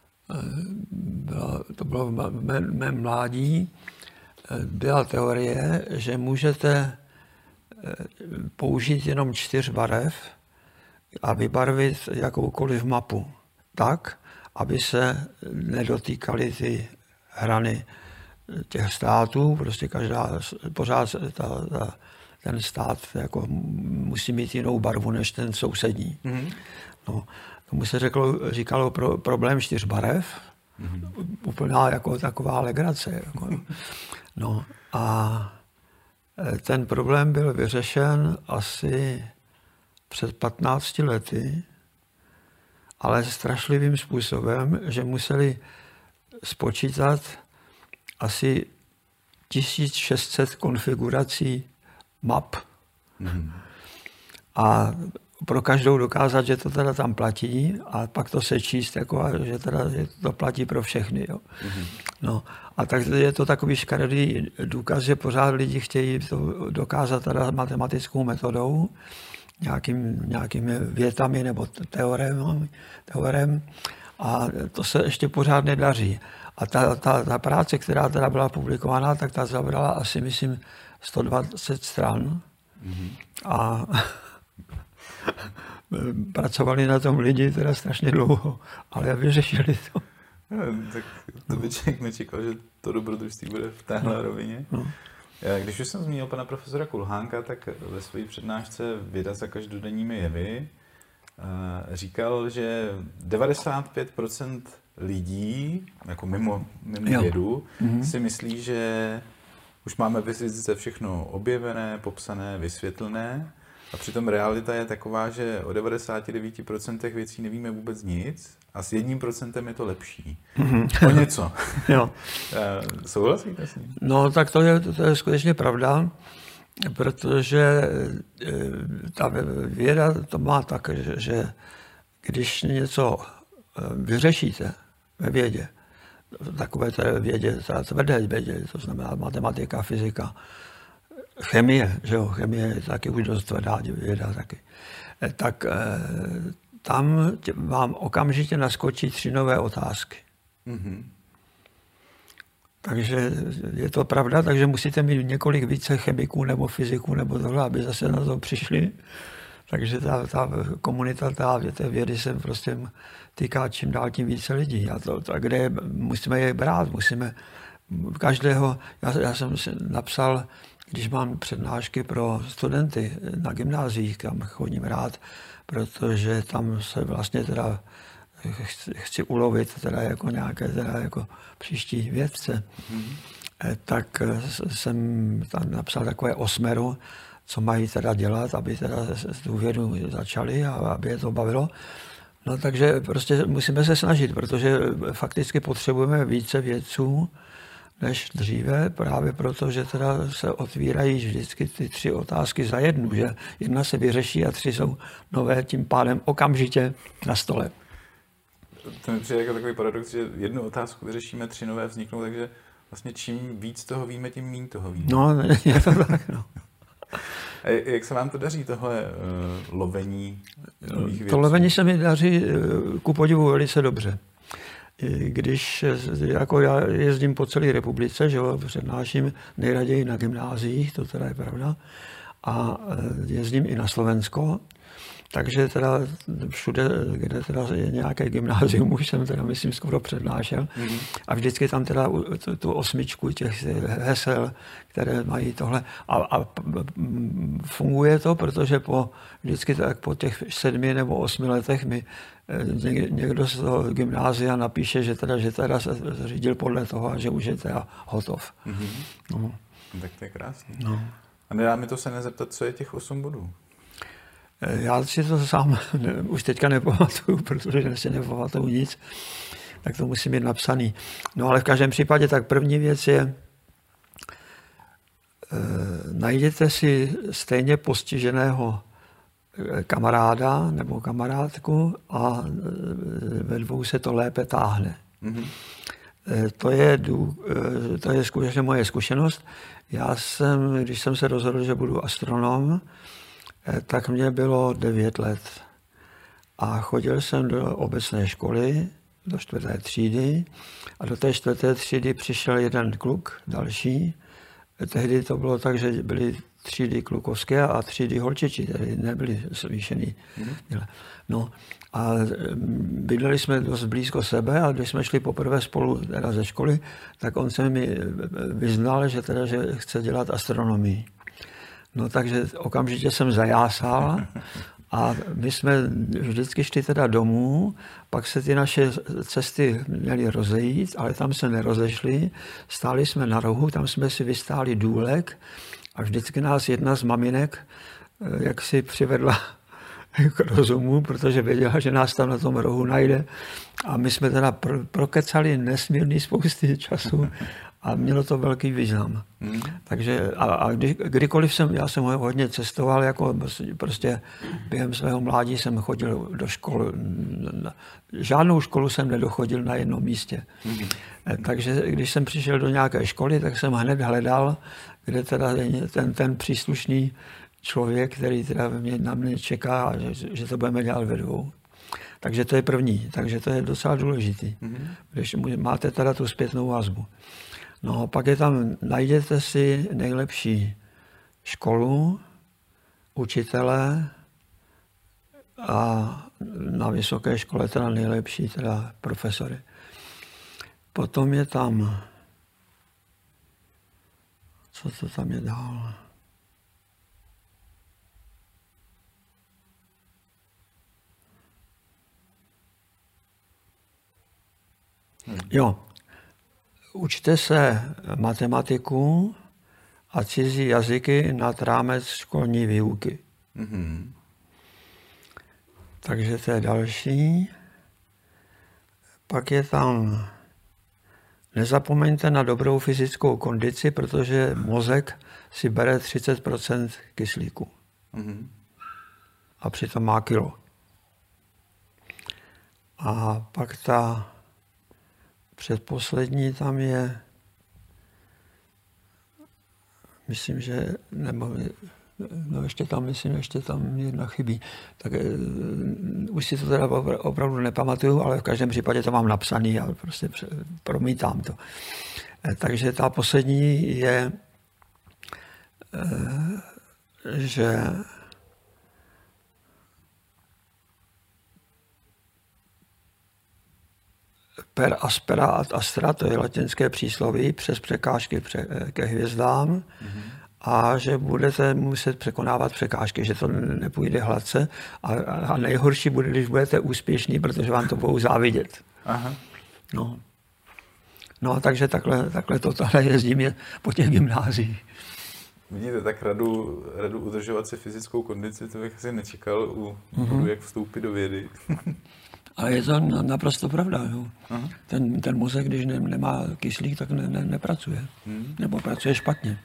byla, to bylo v mém, mém mládí, byla teorie, že můžete použít jenom čtyř barev a vybarvit jakoukoliv mapu tak, aby se nedotýkaly ty hrany těch států, prostě každá, pořád ta, ta, ten stát jako musí mít jinou barvu než ten sousední. Mm-hmm. No, tomu se řeklo, říkalo pro, problém čtyř barev, mm-hmm. úplná jako taková legrace. Jako. No a ten problém byl vyřešen asi před patnácti lety, ale strašlivým způsobem, že museli spočítat asi tisíc šest set konfigurací map. Mm. A pro každou dokázat, že to teda tam platí a pak to sečíst, jako, že teda že to platí pro všechny. Jo. Mm. No, a tak je to takový škaredý důkaz, že pořád lidi chtějí to dokázat teda matematickou metodou, nějakým, nějakými větami nebo teorem, teorem a to se ještě pořád nedaří. A ta, ta, ta práce, která teda byla publikovaná, tak ta zabrala asi, myslím, sto dvacet stran. Mm-hmm. A pracovali na tom lidi teda strašně dlouho, ale vyřešili to. Tak to by člověk nečekal, že to dobrodružství bude v téhle rovině. No. Když už jsem zmínil pana profesora Kulhánka, tak ve své přednášce Věda za každodenními jevy říkal, že devadesát pět procent lidí, jako mimo, mimo vědu, mm-hmm. si myslí, že už máme ve fyzice všechno objevené, popsané, vysvětlené. A přitom realita je taková, že o devadesát devět procent věcí nevíme vůbec nic a s jedním procentem je to lepší. Mm-hmm. O něco. Jo. Souhlasíte s ním? No tak to je, to je skutečně pravda, protože ta věda to má tak, že, že když něco vyřešíte ve vědě, takové té vědě, tvrdé vědě, to znamená matematika, fyzika, chemie, že jo, chemie je taky už dost tvrdá věda taky, tak tam vám okamžitě naskočí tři nové otázky. Mm-hmm. Takže je to pravda, takže musíte mít několik více chemiků nebo fyziků nebo tohle, aby zase na to přišli. Takže ta, ta komunita ta, té vědy se prostě týká čím dál tím více lidí. A to, to kde je, musíme je brát, musíme každého, já, já jsem si napsal, když mám přednášky pro studenty na gymnáziích, kam chodím rád, protože tam se vlastně teda chci, chci ulovit teda jako nějaké teda jako příští vědce, mm. tak jsem tam napsal takové osmero, co mají teda dělat, aby teda tu vědu začali a aby je to bavilo. No takže prostě musíme se snažit, protože fakticky potřebujeme více vědců než dříve, právě proto, že teda se otvírají vždycky ty tři otázky za jednu, že jedna se vyřeší a tři jsou nové tím pádem okamžitě na stole. To mi přijde jako takový paradox, že jednu otázku vyřešíme, tři nové vzniknou, takže vlastně čím víc toho víme, tím méně toho víme. No, je to tak, no. A jak se vám to daří, tohle uh, lovení nových věcí? To lovení se mi daří ku podivu velice dobře. Když jako já jezdím po celé republice, že jo, přednáším nejraději na gymnáziích, to teda je pravda, a jezdím i na Slovensko, takže teda všude, kde teda je nějaké gymnázium, už jsem teda, myslím, skoro přednášel. Mm-hmm. A vždycky tam teda tu, tu osmičku těch hesel, které mají tohle. A, a funguje to, protože po, vždycky tak po těch sedmi nebo osmi letech mi někdo z toho gymnázia napíše, že teda, že teda se řídil podle toho a že už je teda hotov. Mm-hmm. No. Tak to je krásný. No. A nedá mi to se nezeptat, co je těch osm bodů? Já si to sám ne, už teďka nepamatuju, protože si nepamatuju nic, tak to musím mít napsaný. No ale v každém případě tak první věc je, e, najděte si stejně postiženého kamaráda nebo kamarádku a ve dvou se to lépe táhne. Mm-hmm. E, to je, e, to je skutečně moje zkušenost. Já jsem, když jsem se rozhodl, že budu astronom, tak mě bylo devět let a chodil jsem do obecné školy, do čtvrté třídy a do té čtvrté třídy přišel jeden kluk, další. Tehdy to bylo tak, že byly třídy klukovské a třídy holčičí, tedy nebyly smíšený. No a bydleli jsme dost blízko sebe a když jsme šli poprvé spolu teda ze školy, tak on se mi vyznal, že, teda, že chce dělat astronomii. No takže okamžitě jsem zajásal a my jsme vždycky šli teda domů, pak se ty naše cesty měly rozejít, ale tam se nerozešly, stáli jsme na rohu, tam jsme si vystáli důlek a vždycky nás jedna z maminek jak si přivedla k rozumu, protože věděla, že nás tam na tom rohu najde a my jsme teda pro, prokecali nesmírný spousty času a mělo to velký význam. Hmm. Takže a, a kdy, kdykoliv jsem, já jsem hodně cestoval, jako prostě během svého mládí jsem chodil do školy, žádnou školu jsem nedochodil na jednom místě. Hmm. Takže když jsem přišel do nějaké školy, tak jsem hned hledal, kde teda ten, ten příslušný člověk, který teda mě, na mě čeká, že, že to budeme dělat ve dvou. Takže to je první, takže to je docela důležitý, hmm. když máte teda tu zpětnou vazbu. No, pak je tam, najděte si nejlepší školu, učitele a na vysoké škole teda nejlepší teda profesory. Potom je tam, co to tam je dál? Jo, učte se matematiku a cizí jazyky nad rámec školní výuky. Mm-hmm. Takže to je další. Pak je tam, nezapomeňte na dobrou fyzickou kondici, protože mozek si bere třicet procent kyslíku. Mm-hmm. A přitom má kilo. A pak ta předposlední tam je, myslím, že, nebo, no ještě tam, myslím, ještě tam jedna chybí. Tak uh, už si to teda opravdu nepamatuju, ale v každém případě to mám napsaný a prostě promítám to. E, takže ta poslední je, uh, že per aspera ad astra, to je latinské přísloví, přes překážky pře, ke hvězdám, mm-hmm. a že budete muset překonávat překážky, že to nepůjde hladce a, a nejhorší bude, když budete úspěšní, protože vám to budou závidět. Aha. No. No, takže takhle, takhle to tady jezdím je po těch gymnáziích. Vidíte, tak radu, radu udržovat si fyzickou kondici, to bych asi nečekal u mm-hmm. jak vstoupit do vědy. Ale je to naprosto pravda. Jo. Ten, ten mozek, když ne, nemá kyslík, tak ne, ne, nepracuje. Hmm. Nebo pracuje špatně.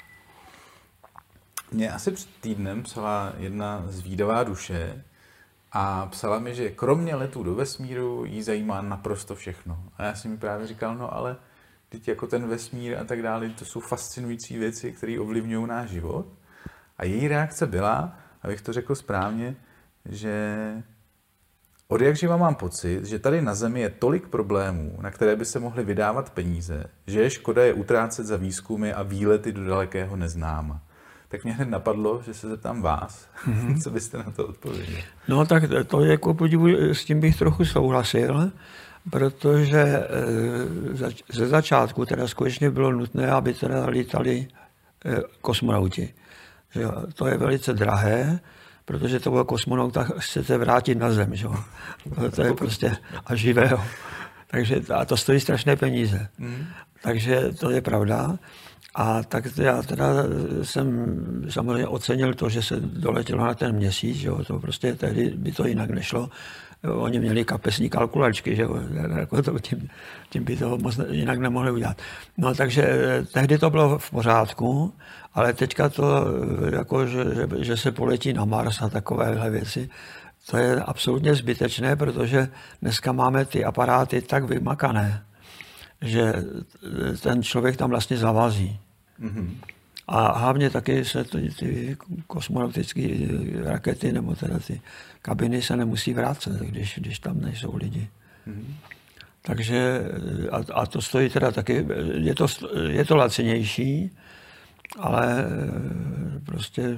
Mě asi před týdnem psala jedna zvídavá duše a psala mi, že kromě letů do vesmíru jí zajímá naprosto všechno. A já jsem mi právě říkal, no ale teď jako ten vesmír a tak dále, to jsou fascinující věci, které ovlivňují náš život. A její reakce byla, abych to řekl správně, že od jak živa mám pocit, že tady na Zemi je tolik problémů, na které by se mohly vydávat peníze, že je škoda je utrácet za výzkumy a výlety do dalekého neznáma. Tak mě hned napadlo, že se zeptám vás, mm-hmm. co byste na to odpověděli. No tak to jako podivu, s tím bych trochu souhlasil, protože ze začátku teda skutečně bylo nutné, aby teda lítali kosmonauti. Že to je velice drahé, protože toho kosmonauta chcete vrátit na Zem, že? To je prostě a živého. Takže a to stojí strašné peníze. Mm. Takže to je pravda. A tak já teda jsem samozřejmě ocenil to, že se doletělo na ten měsíc, že? To prostě tehdy by to jinak nešlo. Oni měli kapesní kalkulačky, že? Jako to, tím, tím by to moc jinak nemohli udělat. No takže tehdy to bylo v pořádku, ale teďka to, jako, že, že se poletí na Mars a takovéhle věci, to je absolutně zbytečné, protože dneska máme ty aparáty tak vymakané, že ten člověk tam vlastně zavazí. Mm-hmm. A hlavně taky se ty, ty kosmonautické rakety nebo teda ty kabiny se nemusí vrátit, když, když tam nejsou lidi. Mm-hmm. Takže a, a to stojí teda taky, je to, je to lacinější, ale prostě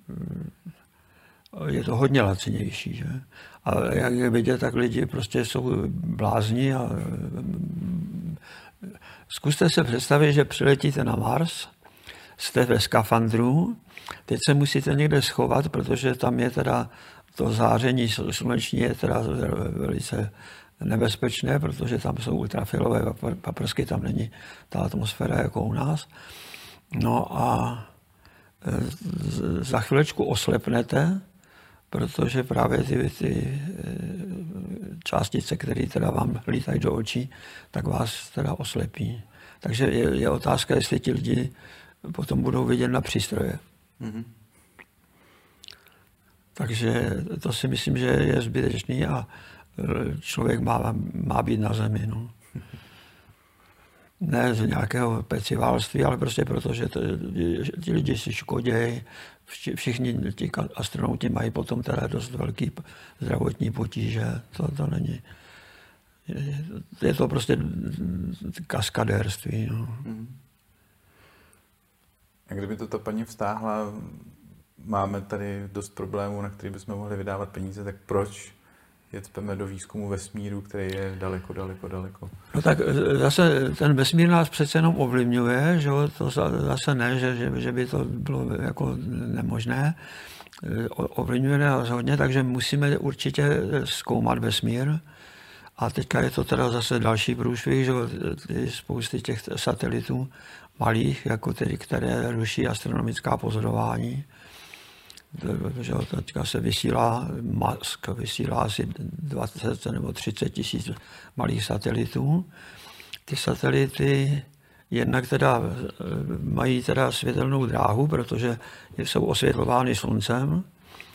je to hodně lacinější. Že? A jak je vidět, tak lidi prostě jsou blázni a zkuste se představit, že přiletíte na Mars, jste ve skafandru, teď se musíte někde schovat, protože tam je teda to záření sluneční je teda velice nebezpečné, protože tam jsou ultrafialové paprsky, tam není ta atmosféra jako u nás. No a za chvilečku oslepnete, protože právě ty, ty částice, které teda vám lítají do očí, tak vás teda oslepí. Takže je, je otázka, jestli ti lidi potom budou vidět na přístroje. Mm-hmm. Takže to si myslím, že je zbytečný a člověk má, má být na Zemi. No. Ne z nějakého peciválství, ale prostě proto, že to, ti lidi si škodějí. Všichni ti astronauti mají potom teda dost velký zdravotní potíže. To, to není. Je, je to prostě kaskadérství. No. A kdyby to ta paní vztáhla, máme tady dost problémů, na které bychom mohli vydávat peníze, tak proč jedzme do výzkumu vesmíru, který je daleko, daleko, daleko. No tak zase ten vesmír nás přece jenom ovlivňuje, že to zase ne, že, že, že by to bylo jako nemožné. Ovlivňuje nás hodně, takže musíme určitě zkoumat vesmír. A teďka je to teda zase další průšvih, že spousty těch satelitů malých, jako tedy, které ruší astronomická pozorování. Že teďka se vysílá, Musk vysílá asi dvacet nebo třicet tisíc malých satelitů. Ty satelity jednak teda mají teda světelnou dráhu, protože jsou osvětlovány sluncem.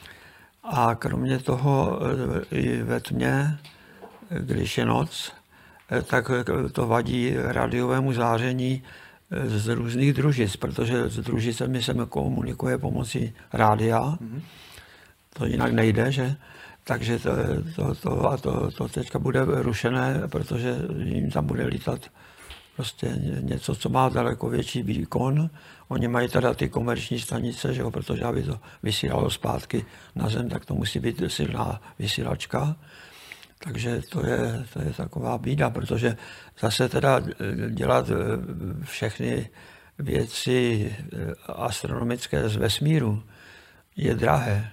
A kromě toho i ve tmě, když je noc, tak to vadí radiovému záření z různých družic, protože s družicemi se komunikuje pomocí rádia. Mm-hmm. To jinak nejde, že? Takže to, to, to, a to, to teďka bude rušené, protože jim tam bude lítat prostě něco, co má daleko větší výkon. Oni mají teda ty komerční stanice, že jo? Protože aby to vysílalo zpátky na zem, tak to musí být silná vysílačka. Takže to je, to je taková bída, protože zase teda dělat všechny věci astronomické z vesmíru je drahé.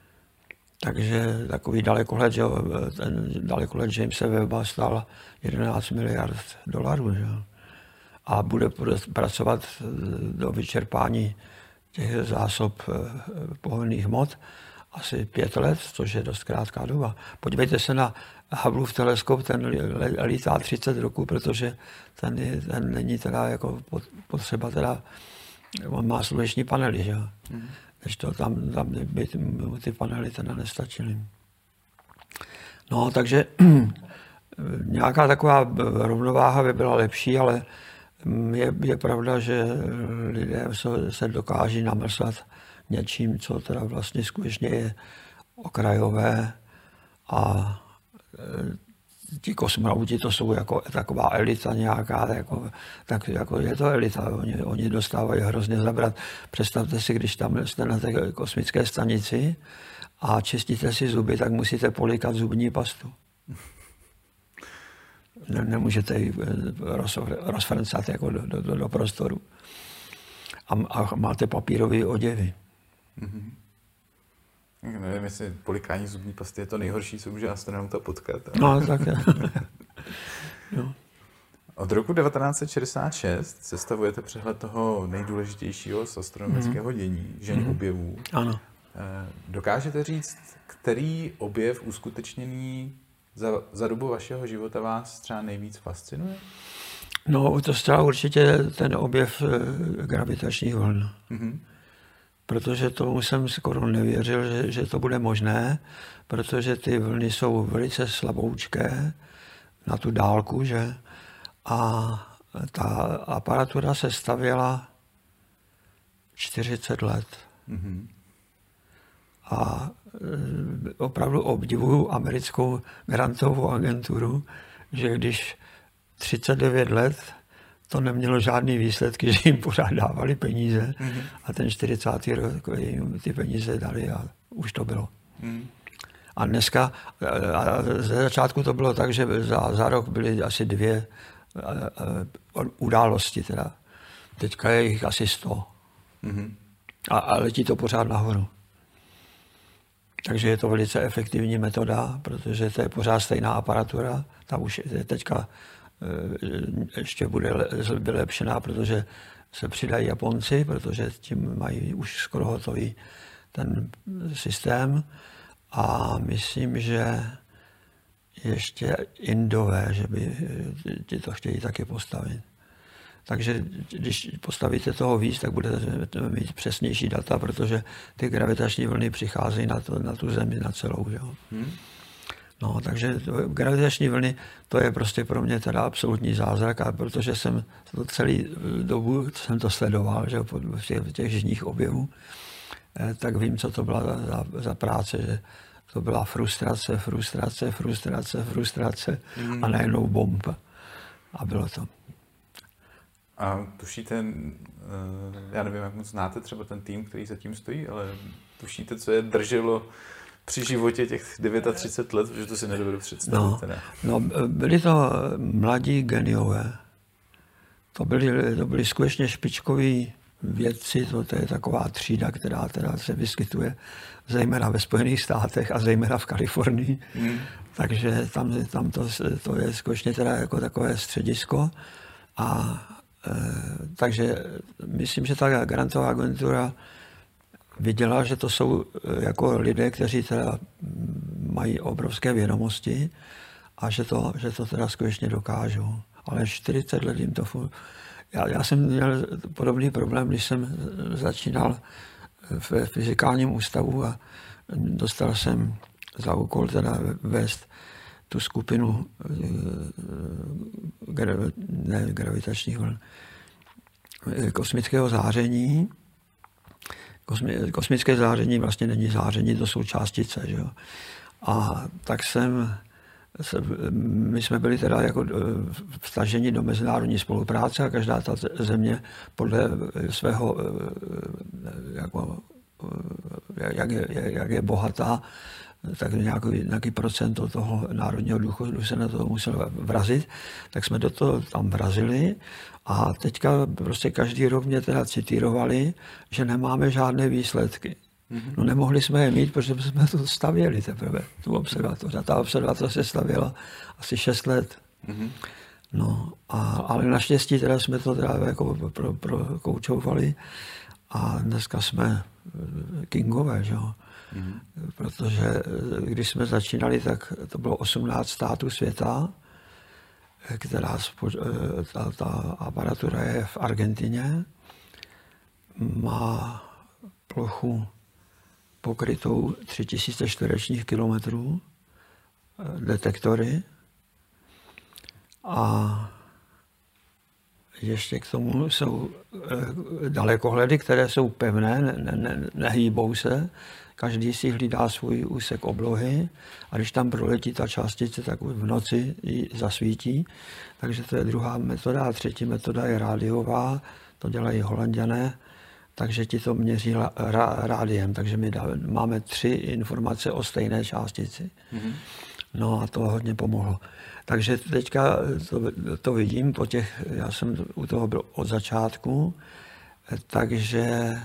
Takže takový dalekohled, že ten dalekohled Jamese Webba stál jedenáct miliard dolarů. Že? A bude pracovat do vyčerpání těch zásob pohonných hmot asi pět let, což je dost krátká doba. Podívejte se na Hubbleův teleskop, ten lítá třicet roků, protože ten, je, ten není teda jako potřeba teda, on má sluneční panely, že? Mm. Než to tam, tam by ty, ty panely teda nestačily. No, takže nějaká taková rovnováha by byla lepší, ale je, je pravda, že lidé se, se dokáží namrsat něčím, co teda vlastně skutečně je okrajové a ti kosmonauti to jsou jako taková elita nějaká, jako, tak jako je to elita, oni, oni dostávají hrozně zabrat. Představte si, když tam jste na té kosmické stanici a čistíte si zuby, tak musíte polikat zubní pastu. Ne, nemůžete ji roz, rozfrncat jako do, do, do prostoru. A, a máte papírové oděvy. Mm-hmm. Nevím, jestli polikání zubní pasty je to nejhorší, co může astronauta potkat. Ale... No, tak no. Od roku devatenáct set šedesát šest sestavujete přehled toho nejdůležitějšího z astronomického mm-hmm. dění, žen mm-hmm. objevů. Ano. Dokážete říct, který objev uskutečněný za, za dobu vašeho života vás třeba nejvíc fascinuje? No, to zcela určitě ten objev gravitačních vln. Mm-hmm. Protože tomu jsem skoro nevěřil, že, že to bude možné, protože ty vlny jsou velice slaboučké na tu dálku, že? A ta aparatura se stavěla čtyřicet let. Mm-hmm. A opravdu obdivuju americkou grantovou agenturu, že když třicet devět let to nemělo žádný výsledky, že jim pořád dávali peníze mm-hmm. a ten čtyřicátý rok jim ty peníze dali a už to bylo. Mm. A dneska, a ze začátku to bylo tak, že za, za rok byly asi dvě a, a, události teda. Teďka je jich asi sto. Mm-hmm. A, a letí to pořád nahoru. Takže je to velice efektivní metoda, protože to je pořád stejná aparatura. Ta už je teďka ještě bude vylepšená, protože se přidají Japonci, protože tím mají už skoro hotový ten systém. A myslím, že ještě Indové, že by ti to chtějí taky postavit. Takže když postavíte toho víc, tak budete mít přesnější data, protože ty gravitační vlny přicházejí na, to, na tu Zemi, na celou. Jo. Hmm. No, takže to, gravitační vlny, to je prostě pro mě teda absolutní zázrak, a protože jsem to celý dobu jsem to sledoval, že v těch, v těch jižních objevů, eh, tak vím, co to byla za, za práce, že to byla frustrace, frustrace, frustrace, frustrace hmm. a najednou bomba. A bylo to. A tušíte, já nevím, jak moc znáte třeba ten tým, který za tím stojí, ale tušíte, co je drželo při životě těch třicet devět let, protože to si nedovedu představit. No, no, byli to mladí geniové. To byli, to byli skutečně špičkoví vědci, to, to je taková třída, která teda se vyskytuje zejména ve Spojených státech a zejména v Kalifornii. Mm. Takže tam, tam to, to je skutečně teda jako takové středisko. A e, takže myslím, že ta grantová agentura viděla, že to jsou jako lidé, kteří teda mají obrovské vědomosti a že to, že to teda skutečně dokážou. Ale čtyřicet let jim to furt... Já, já jsem měl podobný problém, když jsem začínal v fyzikálním ústavu a dostal jsem za úkol teda vést tu skupinu ne, gravitačních vln, kosmického záření. Kosmi, kosmické záření vlastně není záření, to jsou částice. Že jo? A tak jsem, my jsme byli teda jako vtaženi do mezinárodní spolupráce a každá ta země podle svého, jako, jak, je, jak je bohatá, tak nějaký, nějaký procent toho národního důchodu se na to musel vrazit, tak jsme do toho tam vrazili a teďka prostě každý rok mě teda citírovali, že nemáme žádné výsledky. Mm-hmm. No nemohli jsme je mít, protože jsme to stavěli teprve, tu observatoř. A ta observatoř se stavěla asi šest let. Mm-hmm. No, a, ale naštěstí teda jsme to teda jako prokoučovali pro, a dneska jsme kingové, že jo. Mm-hmm. Protože když jsme začínali, tak to bylo osmnáct států světa, která ta, ta aparatura je v Argentině, má plochu pokrytou tři tisíce čtverečních kilometrů, detektory a ještě k tomu jsou dalekohledy, které jsou pevné, ne, ne, nehýbou se. Každý si hlídá svůj úsek oblohy a když tam proletí ta částice, tak v noci ji zasvítí. Takže to je druhá metoda. A třetí metoda je rádiová, to dělají Holanďané, takže ti to měří rádiem. Takže my dáme, máme tři informace o stejné částici. Mm-hmm. No a to hodně pomohlo. Takže teďka to, to vidím po těch, já jsem u toho byl od začátku, takže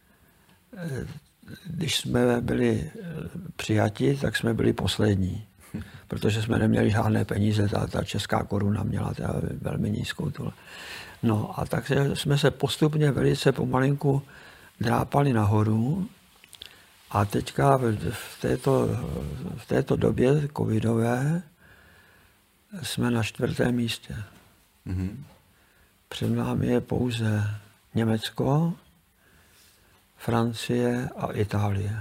když jsme byli přijati, tak jsme byli poslední, protože jsme neměli žádné peníze, ta, ta česká koruna měla teda velmi nízkou tu. No a takže jsme se postupně velice pomalinku drápali nahoru a teďka v této, v této době covidové jsme na čtvrtém místě. Mm-hmm. Před námi je pouze Německo, Francie a Itálie.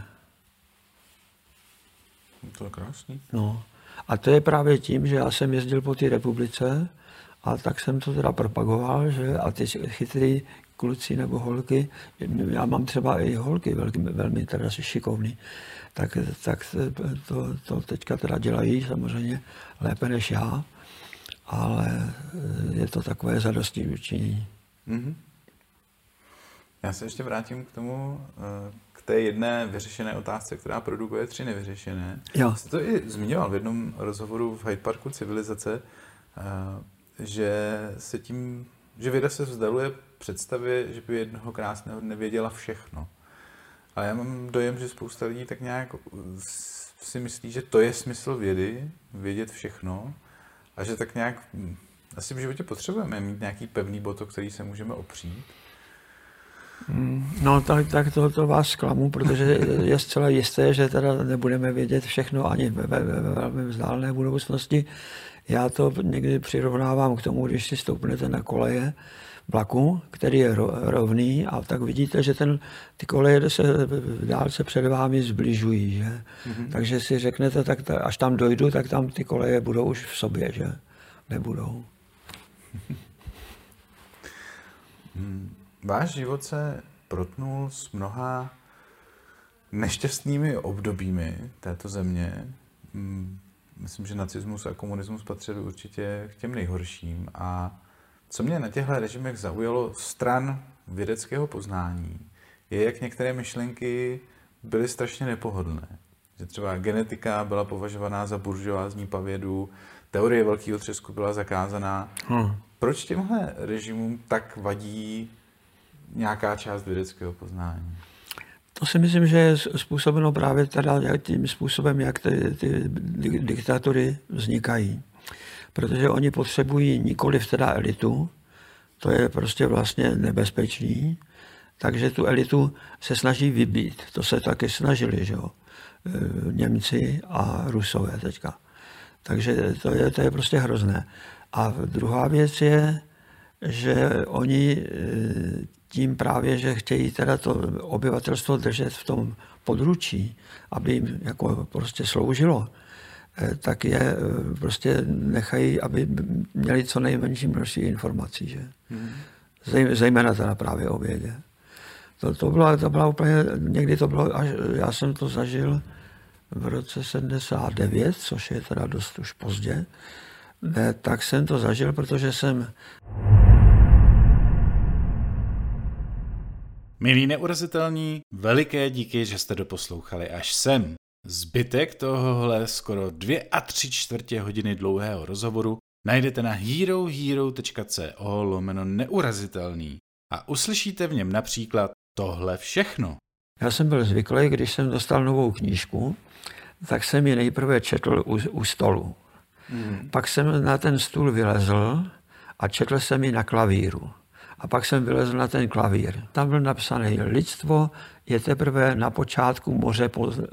To je krásný. No. A to je právě tím, že já jsem jezdil po té republice a tak jsem to teda propagoval, že a ty chytrý kluci nebo holky, já mám třeba i holky velmi, velmi teda šikovný, tak, tak to, to teďka teda dělají samozřejmě lépe než já, ale je to takové zadostiučinění. Mm-hmm. Já se ještě vrátím k tomu, k té jedné vyřešené otázce, která produkuje tři nevyřešené. Jo. Jste to i zmiňoval v jednom rozhovoru v Hyde Parku Civilizace, že se tím, že věda se vzdaluje představě, že by jednoho krásného dne věděla všechno. Ale já mám dojem, že spousta lidí tak nějak si myslí, že to je smysl vědy, vědět všechno, a že tak nějak asi v životě potřebujeme mít nějaký pevný bod, o který se můžeme opřít. No tak, tak to, to vás zklamu, protože je zcela jisté, že teda nebudeme vědět všechno ani ve, ve, ve velmi vzdálené budoucnosti. Já to někdy přirovnávám k tomu, když si stoupnete na koleje vlaku, který je rovný, a tak vidíte, že ten, ty koleje se v dálce před vámi zbližují. Že? Mm-hmm. Takže si řeknete, tak ta, až tam dojdu, tak tam ty koleje budou už v sobě, že? Nebudou. Váš život se protnul s mnoha nešťastnými obdobími této země. Myslím, že nacismus a komunismus patřili určitě k těm nejhorším. A co mě na těchto režimech zaujalo stran vědeckého poznání, je, jak některé myšlenky byly strašně nepohodlné. Že třeba genetika byla považovaná za buržoázní pavědu, teorie velkého třesku byla zakázaná. Hmm. Proč těmhle režimům tak vadí nějaká část vědeckého poznání? To si myslím, že je způsobeno právě teda tím způsobem, jak ty, ty diktatury vznikají. Protože oni potřebují nikoliv teda elitu, to je prostě vlastně nebezpečný, takže tu elitu se snaží vybít. To se taky snažili, že jo, Němci a Rusové teďka. Takže to je, to je prostě hrozné. A druhá věc je, že oni tím právě, že chtějí teda to obyvatelstvo držet v tom područí, aby jim jako prostě sloužilo, tak je prostě nechají, aby měli co nejmenší množství informací. Že? Hmm. Zejména teda právě o vědě. To, to, byla, to byla úplně, někdy to bylo, až, já jsem to zažil v roce sedmdesát devět, což je teda dost už pozdě, ne, tak jsem to zažil, protože jsem... Milí neurazitelní, veliké díky, že jste doposlouchali až sem. Zbytek tohohle skoro dvě a tři čtvrtě hodiny dlouhého rozhovoru najdete na herohero.co lomeno neurazitelný a uslyšíte v něm například tohle všechno. Já jsem byl zvyklý, když jsem dostal novou knížku, tak jsem ji nejprve četl u, u stolu. Hmm. Pak jsem na ten stůl vylezl a četl jsem ji na klavíru. A pak jsem vylezl na ten klavír. Tam byl napsaný: lidstvo je teprve na počátku moře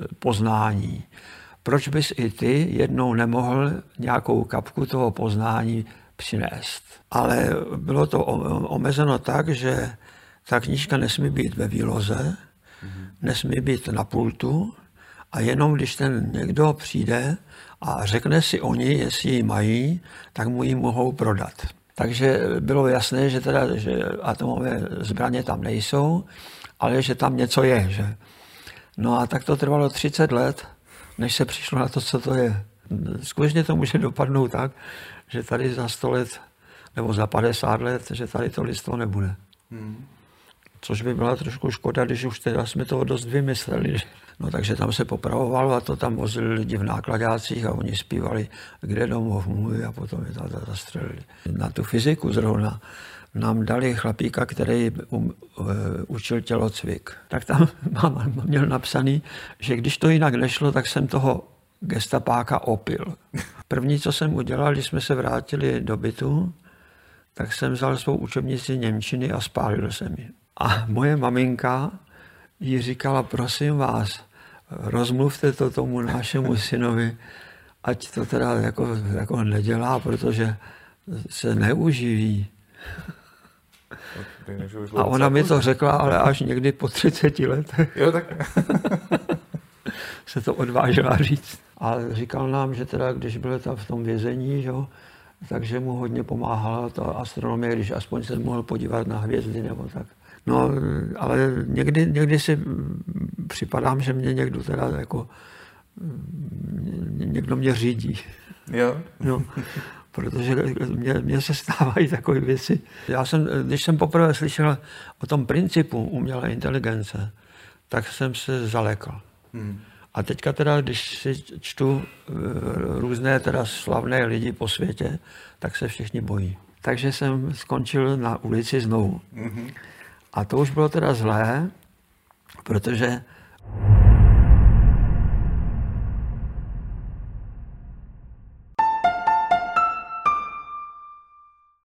poznání. Proč bys i ty jednou nemohl nějakou kapku toho poznání přinést? Ale bylo to omezeno tak, že ta knížka nesmí být ve výloze, nesmí být na pultu a jenom když ten někdo přijde a řekne si oni, jestli ji mají, tak mu ji mohou prodat. Takže bylo jasné, že, teda, že atomové zbraně tam nejsou, ale že tam něco je. Že? No a tak to trvalo třicet let, než se přišlo na to, co to je. Skutečně to může dopadnout tak, že tady za sto let nebo za padesát let, že tady to lidstvo nebude. Hmm. Což by byla trošku škoda, když už teda jsme toho dost vymysleli. No takže tam se popravovalo a to tam vozili lidi v nákladácích a oni zpívali Kde domov můj a potom je to zastřelili. Na tu fyziku zrovna nám dali chlapíka, který um, uh, učil tělocvik. Tak tam mám, měl napsaný, že když to jinak nešlo, tak jsem toho gestapáka opil. První, co jsem udělal, když jsme se vrátili do bytu, tak jsem vzal svou učebnici němčiny a spálil jsem ji. A moje maminka jí říkala: prosím vás, rozmluvte to tomu našemu synovi, ať to teda jako, jako nedělá, protože se neuživí. A ona mi to řekla, ale až někdy po třiceti letech. Jo, tak. Se to odvážila říct. A říkal nám, že teda, když byl tam v tom vězení, že, takže mu hodně pomáhala ta astronomie, když aspoň se mohl podívat na hvězdy nebo tak. No, ale někdy, někdy si připadám, že mě někdo teda jako, někdo mě řídí. Jo. No, protože mě, mě se stávají takové věci. Já jsem, když jsem poprvé slyšel o tom principu umělé inteligence, tak jsem se zalekl. Hmm. A teďka teda, když si čtu různé teda slavné lidi po světě, tak se všichni bojí. Takže jsem skončil na ulici znovu. Mm-hmm. A to už bylo teda zlé, protože